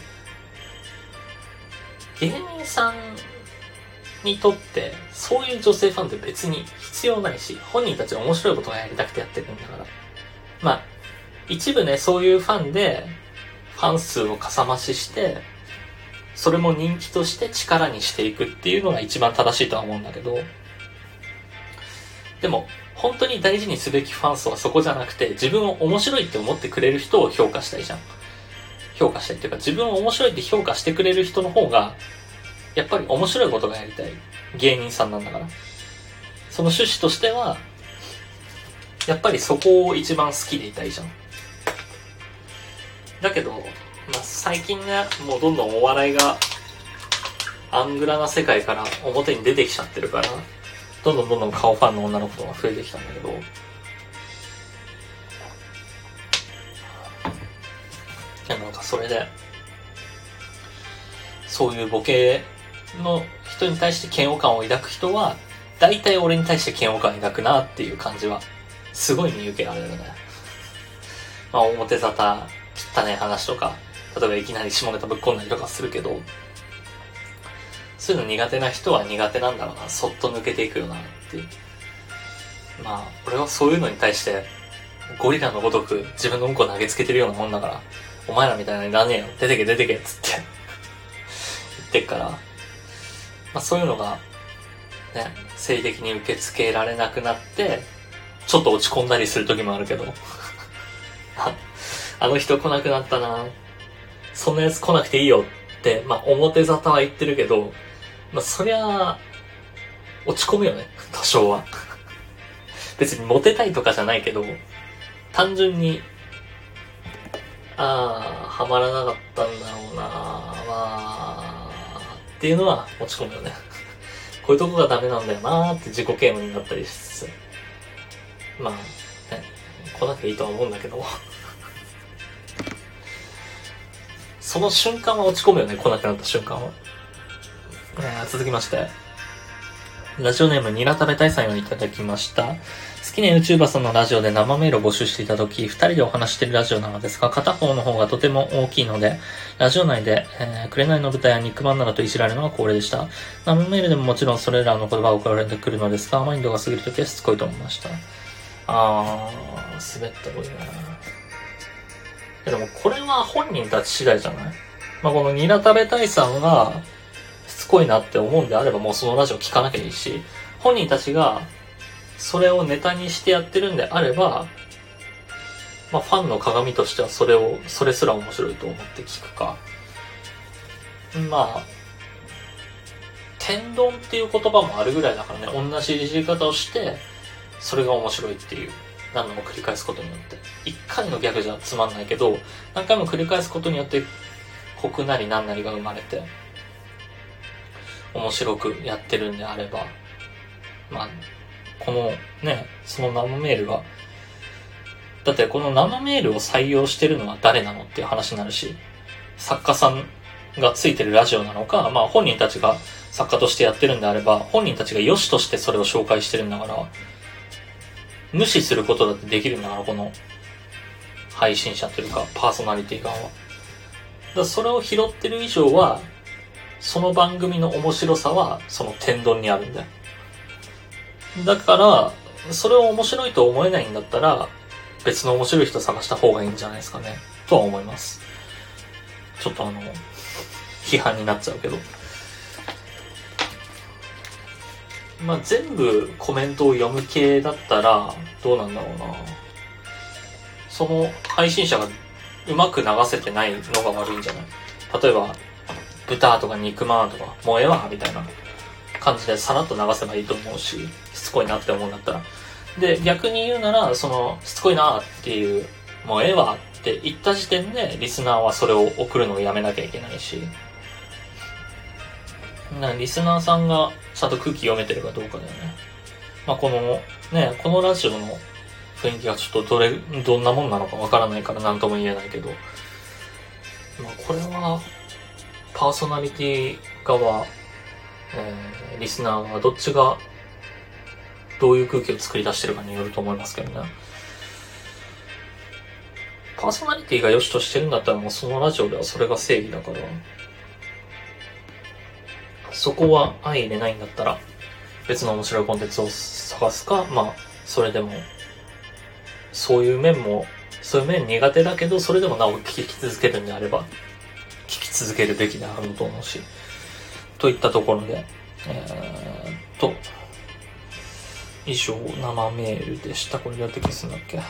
芸人さんにとって、そういう女性ファンって別に必要ないし、本人たちが面白いことがやりたくてやってるんだから。まあ、一部ね、そういうファンで、ファン数をかさ増しして、それも人気として力にしていくっていうのが一番正しいとは思うんだけど、でも、本当に大事にすべきファン層はそこじゃなくて、自分を面白いって思ってくれる人を評価したいじゃん。評価したいっていうか、自分を面白いって評価してくれる人の方が、やっぱり面白いことがやりたい芸人さんなんだから。その趣旨としては、やっぱりそこを一番好きでいたいじゃん。だけど、まあ、最近ね、もうどんどんお笑いがアングラな世界から表に出てきちゃってるから、どんどん顔ファンの女の子が増えてきたんだけど、なんかそれで、そういうボケの人に対して嫌悪感を抱く人は、大体俺に対して嫌悪感を抱くなっていう感じは、すごい見受けられるね。まあ表沙汰、汚い話とか、例えばいきなり下ネタぶっ込んだりとかするけど、そういうの苦手な人は苦手なんだろうな、そっと抜けていくよなっていう。まあ、俺はそういうのに対して、ゴリラのごとく自分のうんこ投げつけてるようなもんだから、お前らみたいなのいらねえよ、出てけっつって言ってっから、まあそういうのが、ね、生理的に受け付けられなくなって、ちょっと落ち込んだりする時もあるけど、あの人来なくなったな、そんなやつ来なくていいよって、まあ表沙汰は言ってるけど、まあそりゃ、落ち込むよね、多少は。別にモテたいとかじゃないけど、単純に、 ハマらなかったんだろうな、まあっていうのは落ち込むよねこういうとこがダメなんだよなーって自己嫌悪になったりしつつ、まあね、来なきゃいいとは思うんだけどその瞬間は落ち込むよね、来なくなった瞬間は。続きまして、ラジオネームニラ食べたいさんをいただきました。好きな YouTuber さんのラジオで生メールを募集していたとき、2人でお話しているラジオなのですが、片方の方がとても大きいので、ラジオ内で、紅の豚や肉まんなどといじられるのが恒例でした。生メールでももちろんそれらの言葉が送られてくるのですが、マインドが過ぎるときはしつこいと思いました。滑ったこいな。でもこれは本人たち次第じゃない？まあ、このニラ食べたいさんがしつこいなって思うんであればもうそのラジオ聞かなきゃいいし、本人たちがそれをネタにしてやってるんであれば、まあファンの鏡としてはそれすら面白いと思って聞くか。まあ、天丼っていう言葉もあるぐらいだからね、同じいじり方をして、それが面白いっていう。何度も繰り返すことによって。一回のギャグじゃつまんないけど、何回も繰り返すことによって、コクなり何なりが生まれて、面白くやってるんであれば、まあ、このね、その生メールが、だってこの生メールを採用してるのは誰なのっていう話になるし、作家さんがついてるラジオなのか、まあ本人たちが作家としてやってるんであれば、本人たちが良しとしてそれを紹介してるんだから、無視することだってできるんだから、この配信者というかパーソナリティ側は。だからそれを拾ってる以上は、その番組の面白さはその天丼にあるんだよ。だから、それを面白いと思えないんだったら、別の面白い人探した方がいいんじゃないですかね。とは思います。ちょっと批判になっちゃうけど。まあ、全部コメントを読む系だったら、どうなんだろうな。その配信者がうまく流せてないのが悪いんじゃない？例えば、豚とか肉まんとか、もうええわみたいな感じでさらっと流せばいいと思うし、しつこいなって思うんだったら。で、逆に言うなら、しつこいなっていう、もうええわって言った時点で、リスナーはそれを送るのをやめなきゃいけないし、リスナーさんがちゃんと空気読めてるかどうかだよね。まあ、このラジオの雰囲気がちょっとどんなもんなのかわからないから何とも言えないけど、まあ、これは、パーソナリティ側、リスナーはどっちがどういう空気を作り出してるかによると思いますけどね。パーソナリティが良しとしてるんだったらもうそのラジオではそれが正義だから、そこは相入れないんだったら別の面白いコンテンツを探すか、まあそれでもそういう面苦手だけどそれでもなお聞き続けるんであれば聞き続けるべきであると思うし、といったところで以上生メールでした。これどうやって消すんだっけ？はい。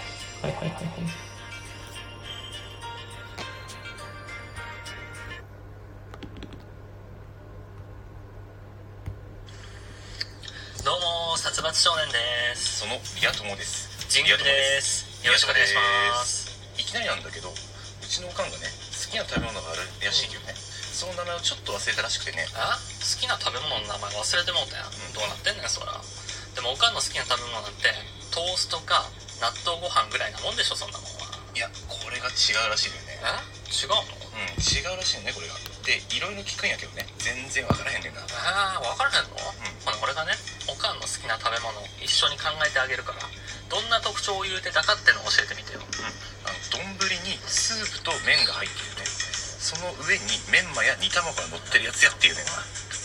どうも殺伐少年です。 その宮友です。 ジングルです。よろしくお願いします。 いきなりなんだけど、うちのおかんがね、好きな食べ物があるらしいけどね、その名前をちょっと忘れたらしくてね。 好きな食べ物の名前忘れてもうたやん。どうなってんねんそら。でもおかんの好きな食べ物なんてトーストか納豆ご飯ぐらいなもんでしょ、そんなもんは。 いや、これが違うらしいよね。 違うの？ 違うらしいよね、これが。で、いろいろ聞くんやけどね、全然わからへんねんな。 わからへんの？ほな俺がね、おかんの好きな食べ物一緒に考えてあげるから、どんな特徴を言うてたかってのを教えてみてよ。 丼にスープと麺が入ってるね。その上にメンマや煮卵が乗ってるやつやっていうねんな。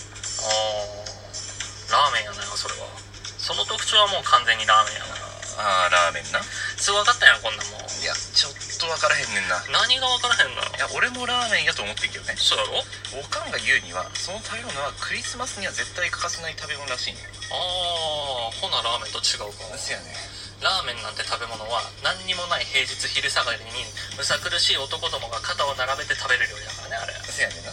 ラーメンやなよ、それは。その特徴はもう完全にラーメンやな。 ラーメンな。 すぐ分かったやん、こんなもん。 いや、ちょっと分からへんねんな。 何が分からへんのよ。 いや、俺もラーメンやと思ってんけどね。 そうやろ？ おかんが言うには、その食べ物はクリスマスには絶対欠かせない食べ物らしいね。 ほなラーメンと違うか。 ですやね。 ラーメンなんて食べ物は何にもない平日昼下がりにむさ苦しい男どもが肩を並べて食べる料理だからね、あれ。 ですやねんな。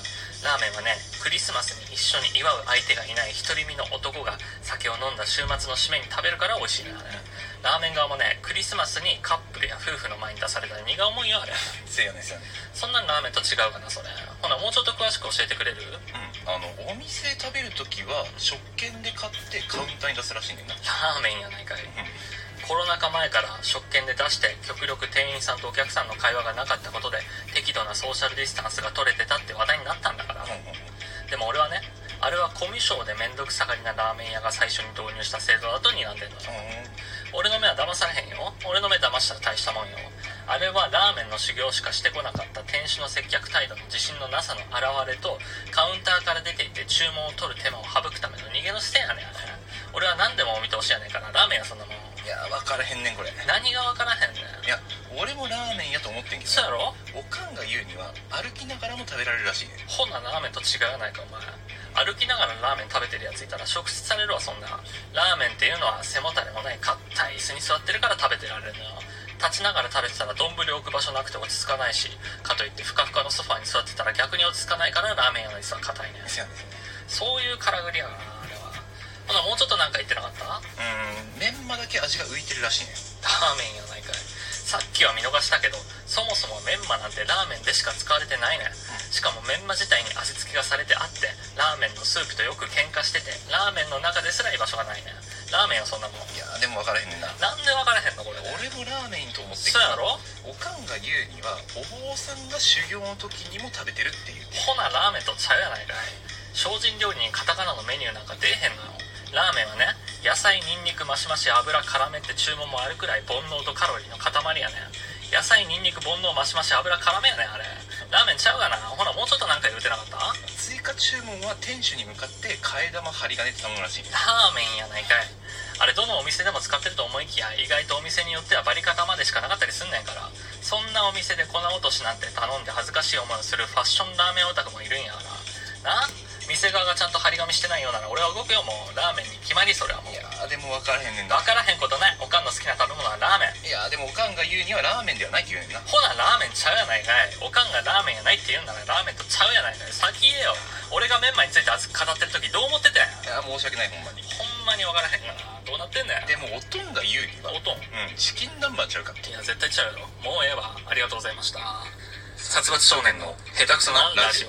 ラーメンはね、クリスマスに一緒に祝う相手がいない独り身の男が酒を飲んだ週末の締めに食べるから美味しいのよね。ラーメン側もね、クリスマスにカップルや夫婦の前に出されたら荷が重いよあれ。 せやねせやね。 そんなんラーメンと違うかなそれ。ほなもうちょっと詳しく教えてくれる？ お店で食べるときは食券で買ってカウンターに出すらしいねんな。 ラーメンやないかい。コロナ禍前から食券で出して極力店員さんとお客さんの会話がなかったことで適度なソーシャルディスタンスが取れてたって話題になったんだから。でも俺はね、あれはコミュ障でめんどくさがりなラーメン屋が最初に導入した制度だと睨んでんのよ。俺の目は騙されへんよ。俺の目騙したら大したもんよ。あれはラーメンの修行しかしてこなかった店主の接客態度の自信のなさの表れと、カウンターから出ていって注文を取る手間を省くための逃げの姿勢やねんあれ。俺は何でもお見通しやねんから、ラーメンやそんなもん。 いや分からへんねんこれ。 何が分からへんねん。 いや俺もラーメンやと思ってんけど、 そうやろ。 おかんが言うには歩きながらも食べられるらしいねん。 ほなラーメンと違うやないかお前。歩きながらラーメン食べてるやついたら職質されるわそんな。ラーメンっていうのは背もたれもない硬い椅子に座ってるから食べてられるのよ。立ちながら食べてたら丼置く場所なくて落ち着かないし、かといってふかふかのソファに座ってたら逆に落ち着かないからラーメン屋の椅子は硬いねん。そういうからくりやなあれは。ほなもうちょっとなんか言ってなかった？ メンマだけ味が浮いてるらしいねん。 ラーメンやないかい。さっきは見逃したけど、そもそもメンマなんてラーメンでしか使われてないねん。しかもメンマ自体に味付けがされてあって、ラーメンのスープとよく喧嘩してて、ラーメンの中ですら居場所がないねん。ラーメンはそんなもん。 いやでも分からへんねんな。 なんで分からへんのこれ。 俺もラーメンと思ってそうやろ。 おかんが言うにはお坊さんが修行の時にも食べてるっていう。 ほなラーメンとちゃうやないかい。精進料理にカタカナのメニューなんか出えへんのよ。ラーメンはね、野菜、ニンニク、マシマシ、油、絡めって注文もあるくらい煩悩とカロリーの塊やねん。野菜、ニンニク、煩悩、マシマシ、油、絡めやねんあれ。ラーメンちゃうがな。ほなもうちょっとなんか言うてなかった？ 追加注文は店主に向かって替え玉針金って頼むらしい。 ラーメンやないかい。あれどのお店でも使ってると思いきや、意外とお店によってはバリカタまでしかなかったりすんねんから。そんなお店で粉落としなんて頼んで恥ずかしい思いをするファッションラーメンオタクもいるんやからな。店側がちゃんと張り紙してないようなら俺は動くよ。もうラーメンに決まり。それはもう。 いやでも分からへんねんな。 分からへんことない。おかんの好きな食べ物はラーメン。 いやでもおかんが言うにはラーメンではないって言うねんな。 ほなラーメンちゃうやないかい。おかんがラーメンやないって言うんならラーメンとちゃうやないかい。先言えよ。俺がメンマについて熱く語ってる時どう思ってたんや。 いや申し訳ないほんまに。 ほんまに分からへんがな。どうなってんだよ。 でもおとんが言うにはおとん、 チキン南蛮ちゃうか。 いや絶対ちゃうよ。もうええわ。ありがとうございました。殺伐少年の下手くそなラジオ。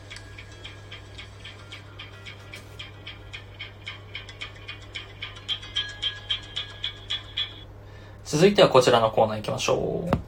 続いてはこちらのコーナー行きましょう。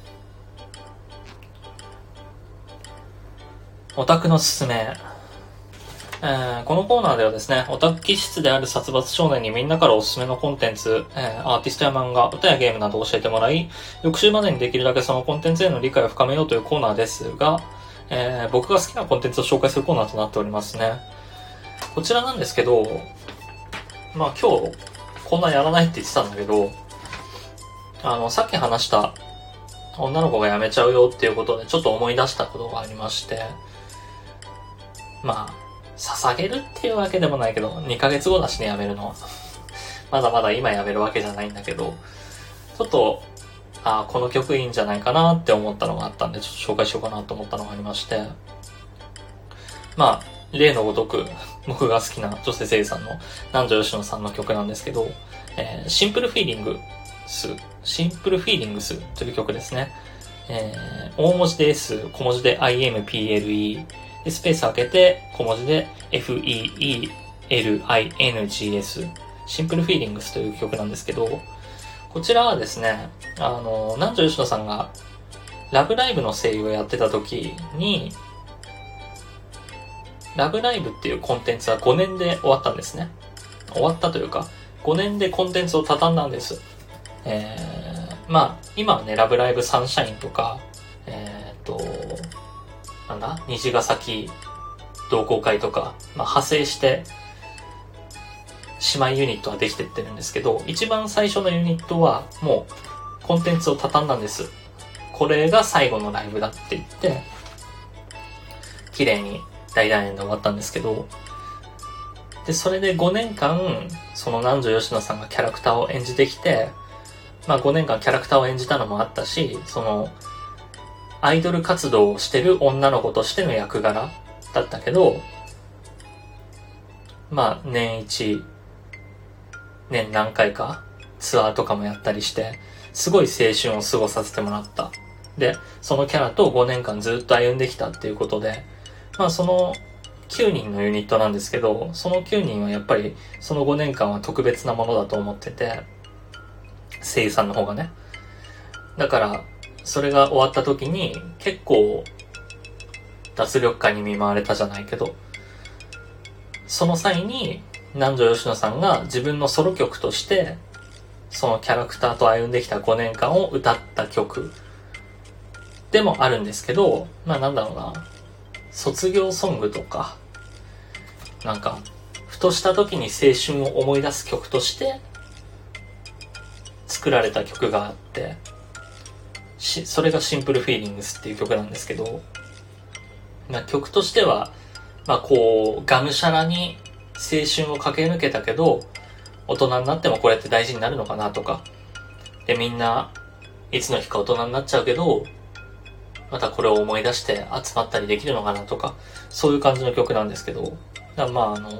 オタクのすすめ。このコーナーではですね、オタク気質である殺伐少年にみんなからおすすめのコンテンツ、アーティストや漫画、歌やゲームなどを教えてもらい、翌週までにできるだけそのコンテンツへの理解を深めようというコーナーですが、僕が好きなコンテンツを紹介するコーナーとなっておりますね。こちらなんですけど、まあ今日こんなやらないって言ってたんだけど、さっき話した女の子が辞めちゃうよっていうことでちょっと思い出したことがありまして、まあ捧げるっていうわけでもないけど、2ヶ月後だしね、辞めるのは。まだまだ今辞めるわけじゃないんだけど、ちょっと、この曲いいんじゃないかなって思ったのがあったんで、ちょっと紹介しようかなと思ったのがありまして、まあ、例のごとく、僕が好きな女性声優さんの南條吉野さんの曲なんですけど、シンプルフィーリングスという曲ですね。大文字で S、小文字で IMPLE、でスペース開けて小文字で FEELINGS、シンプルフィーリングスという曲なんですけど、こちらはですね、南條吉野さんがラブライブの声優をやってた時に、ラブライブっていうコンテンツは5年で終わったんですね。終わったというか、5年でコンテンツを畳んだんです。まあ、今はね、ラブライブサンシャインとか、虹ヶ崎同好会とか、まあ、派生して、姉妹ユニットはできてってるんですけど、一番最初のユニットは、もう、コンテンツを畳んだんです。これが最後のライブだって言って、綺麗に大団円で終わったんですけど、で、それで5年間、その南條吉野さんがキャラクターを演じてきて、まあ5年間キャラクターを演じたのもあったし、その、アイドル活動をしてる女の子としての役柄だったけど、まあ年何回かツアーとかもやったりして、すごい青春を過ごさせてもらった。で、そのキャラと5年間ずっと歩んできたっていうことで、まあその9人のユニットなんですけど、その9人はやっぱりその5年間は特別なものだと思ってて、声優さんの方がね。だから、それが終わった時に結構脱力感に見舞われたじゃないけど、その際に南條吉野さんが自分のソロ曲としてそのキャラクターと歩んできた5年間を歌った曲でもあるんですけど、まあなんだろうな、卒業ソングとか、なんかふとした時に青春を思い出す曲として作られた曲があって、それがシンプルフィーリングスっていう曲なんですけど、まあ、曲としては、まあこう、がむしゃらに青春を駆け抜けたけど、大人になってもこれって大事になるのかなとか、で、みんないつの日か大人になっちゃうけど、またこれを思い出して集まったりできるのかなとか、そういう感じの曲なんですけど、まあ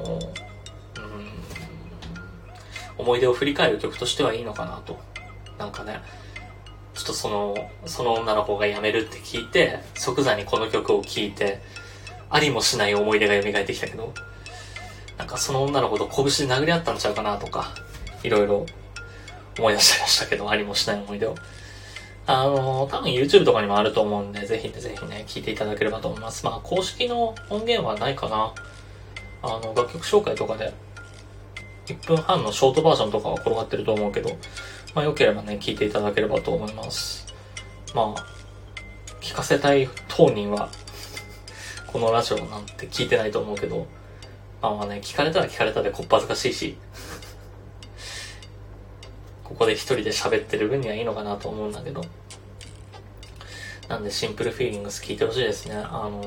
思い出を振り返る曲としてはいいのかなと。なんかね、ちょっとその女の子が辞めるって聞いて、即座にこの曲を聴いて、ありもしない思い出が蘇ってきたけど、なんかその女の子と拳で殴り合ったんちゃうかなとか、いろいろ思い出したりしたけど、ありもしない思い出を。多分 YouTube とかにもあると思うんで、ぜひね、聴いていただければと思います。まあ、公式の音源はないかな。楽曲紹介とかで、1分半のショートバージョンとかは転がってると思うけど、まあ、良ければね、聴いていただければと思います。まあ、聞かせたい当人は、このラジオなんて聞いてないと思うけど、まあね、聞かれたら聞かれたでこっぱずかしいし、ここで一人で喋ってる分にはいいのかなと思うんだけど、なんでシンプルフィーリングス聞いてほしいですね。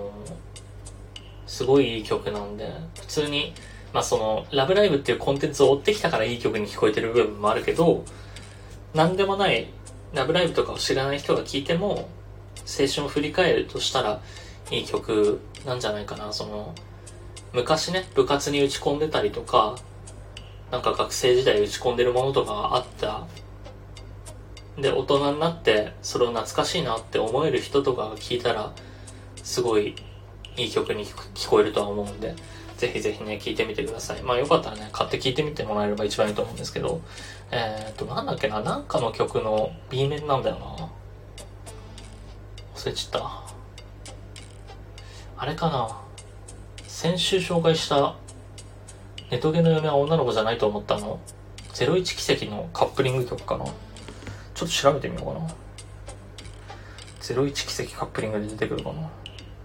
すごいいい曲なんで、普通に、まあその、ラブライブっていうコンテンツを追ってきたからいい曲に聞こえてる部分もあるけど、なんでもないラブライブとかを知らない人が聞いても、青春を振り返るとしたらいい曲なんじゃないかな。その、昔ね、部活に打ち込んでたりとか、なんか学生時代打ち込んでるものとかがあった。で、大人になってそれを懐かしいなって思える人とかが聞いたら、すごいいい曲に聞こえるとは思うんで、ぜひぜひね、聴いてみてください。まあよかったらね、買って聴いてみてもらえれば一番いいと思うんですけど、なんだっけな、なんかの曲の B 面なんだよな。忘れちゃった。あれかな。先週紹介したネトゲの嫁は女の子じゃないと思ったの01奇跡のカップリング曲かな。ちょっと調べてみようかな。01奇跡カップリングで出てくるかな。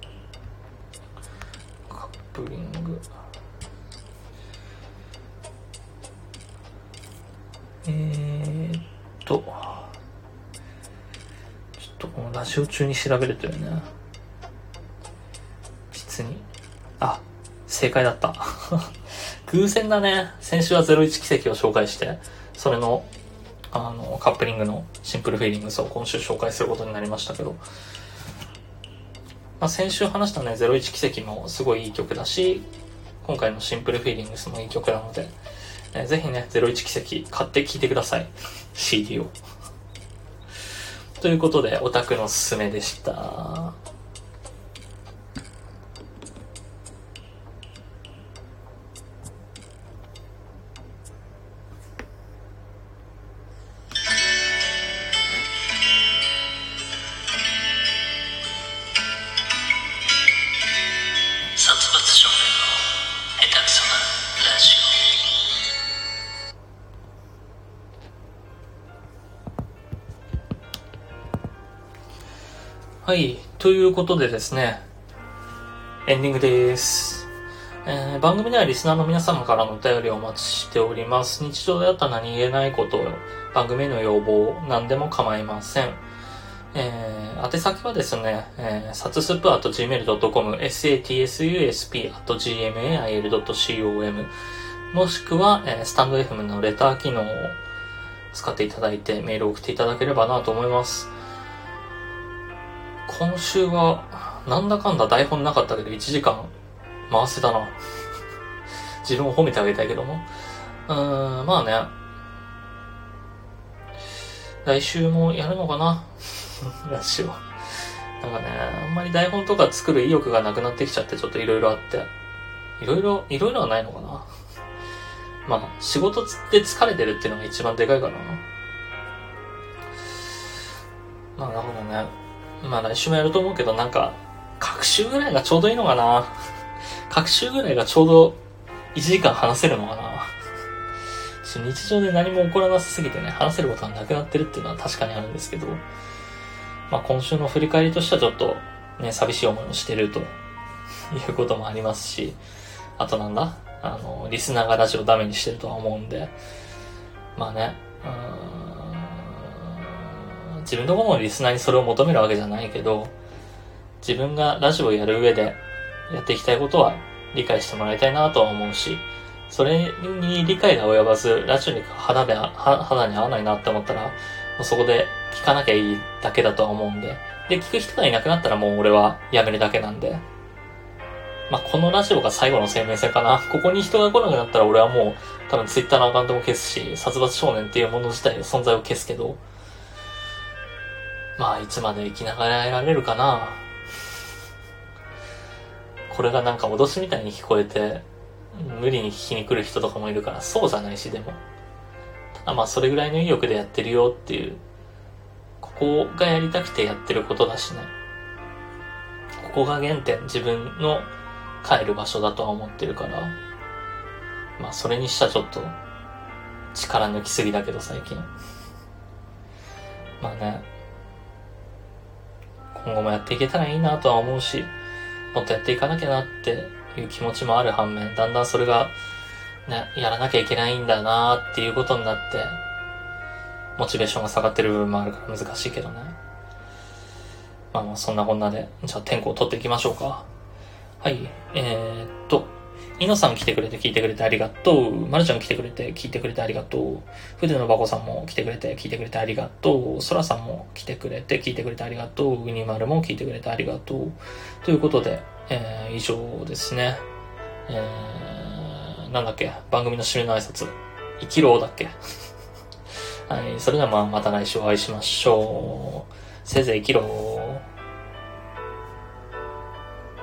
カップリングちょっとこのラジオ中に調べるというね、実に正解だった偶然だね。先週は01奇跡を紹介して、それのカップリングのシンプルフィーリングスを今週紹介することになりましたけど、まあ、先週話したね01奇跡もすごいいい曲だし、今回のシンプルフィーリングスもいい曲なので、ぜひね01奇跡買って聴いてくださいCD をということで、オタクのおすすめでした。はい、ということでですね、エンディングです。番組ではリスナーの皆様からのお便りをお待ちしております。日常であった何気ないことを、番組への要望、何でも構いません。宛先はですね、satsup@gmail.com、satsusp@gmail.com、もしくは、スタンド FM のレター機能を使っていただいてメールを送っていただければなと思います。今週はなんだかんだ台本なかったけど1時間回せたな。自分を褒めてあげたいけども。まあね。来週もやるのかなラジオ。なんかね、あんまり台本とか作る意欲がなくなってきちゃって、ちょっといろいろあって。いろいろはないのかな。まあ、仕事で疲れてるっていうのが一番でかいからな。まあ、なるほどね。まあ、来週もやると思うけど、なんか、各週ぐらいがちょうどいいのかな。各週ぐらいがちょうど1時間話せるのかな。日常で何も起こらなさすぎてね、話せることがなくなってるっていうのは確かにあるんですけど、まあ今週の振り返りとしてはちょっとね、寂しい思いをしてるということもありますし、あとなんだリスナーがラジオダメにしてるとは思うんで、まあね、自分の方のリスナーにそれを求めるわけじゃないけど、自分がラジオをやる上でやっていきたいことは理解してもらいたいなとは思うし、それに理解が及ばず、ラジオに肌に合わないなって思ったら、もうそこで聞かなきゃいいだけだとは思うんで、で、聞く人がいなくなったらもう俺はやめるだけなんで、まあ、このラジオが最後の生命線かな。ここに人が来なくなったら俺はもう多分ツイッターのアカウントも消すし、殺伐少年っていうもの自体存在を消すけど、まあいつまで生きながらやられるかな。これがなんか脅しみたいに聞こえて、無理に聞きに来る人とかもいるからそうじゃないし、でも。ただまあそれぐらいの意欲でやってるよっていう、ここがやりたくてやってることだしね。ここが原点、自分の帰る場所だとは思ってるから、まあそれにしたらちょっと力抜きすぎだけど最近。まあね、今後もやっていけたらいいなとは思うし、もっとやっていかなきゃなっていう気持ちもある反面、だんだんそれがね、やらなきゃいけないんだなっていうことになって、モチベーションが下がってる部分もあるから難しいけどね。まあそんなこんなで、じゃあ天候を取っていきましょうか。はい、イノさん来てくれて聞いてくれてありがとう。マルちゃん来てくれて聞いてくれてありがとう。筆のバコさんも来てくれて聞いてくれてありがとう。ソラさんも来てくれて聞いてくれてありがとう。ウニマルも聞いてくれてありがとう。ということで、以上ですね。なんだっけ、番組の締めの挨拶。生きろだっけ。はい、それではまた来週お会いしましょう。せいぜい生きろ。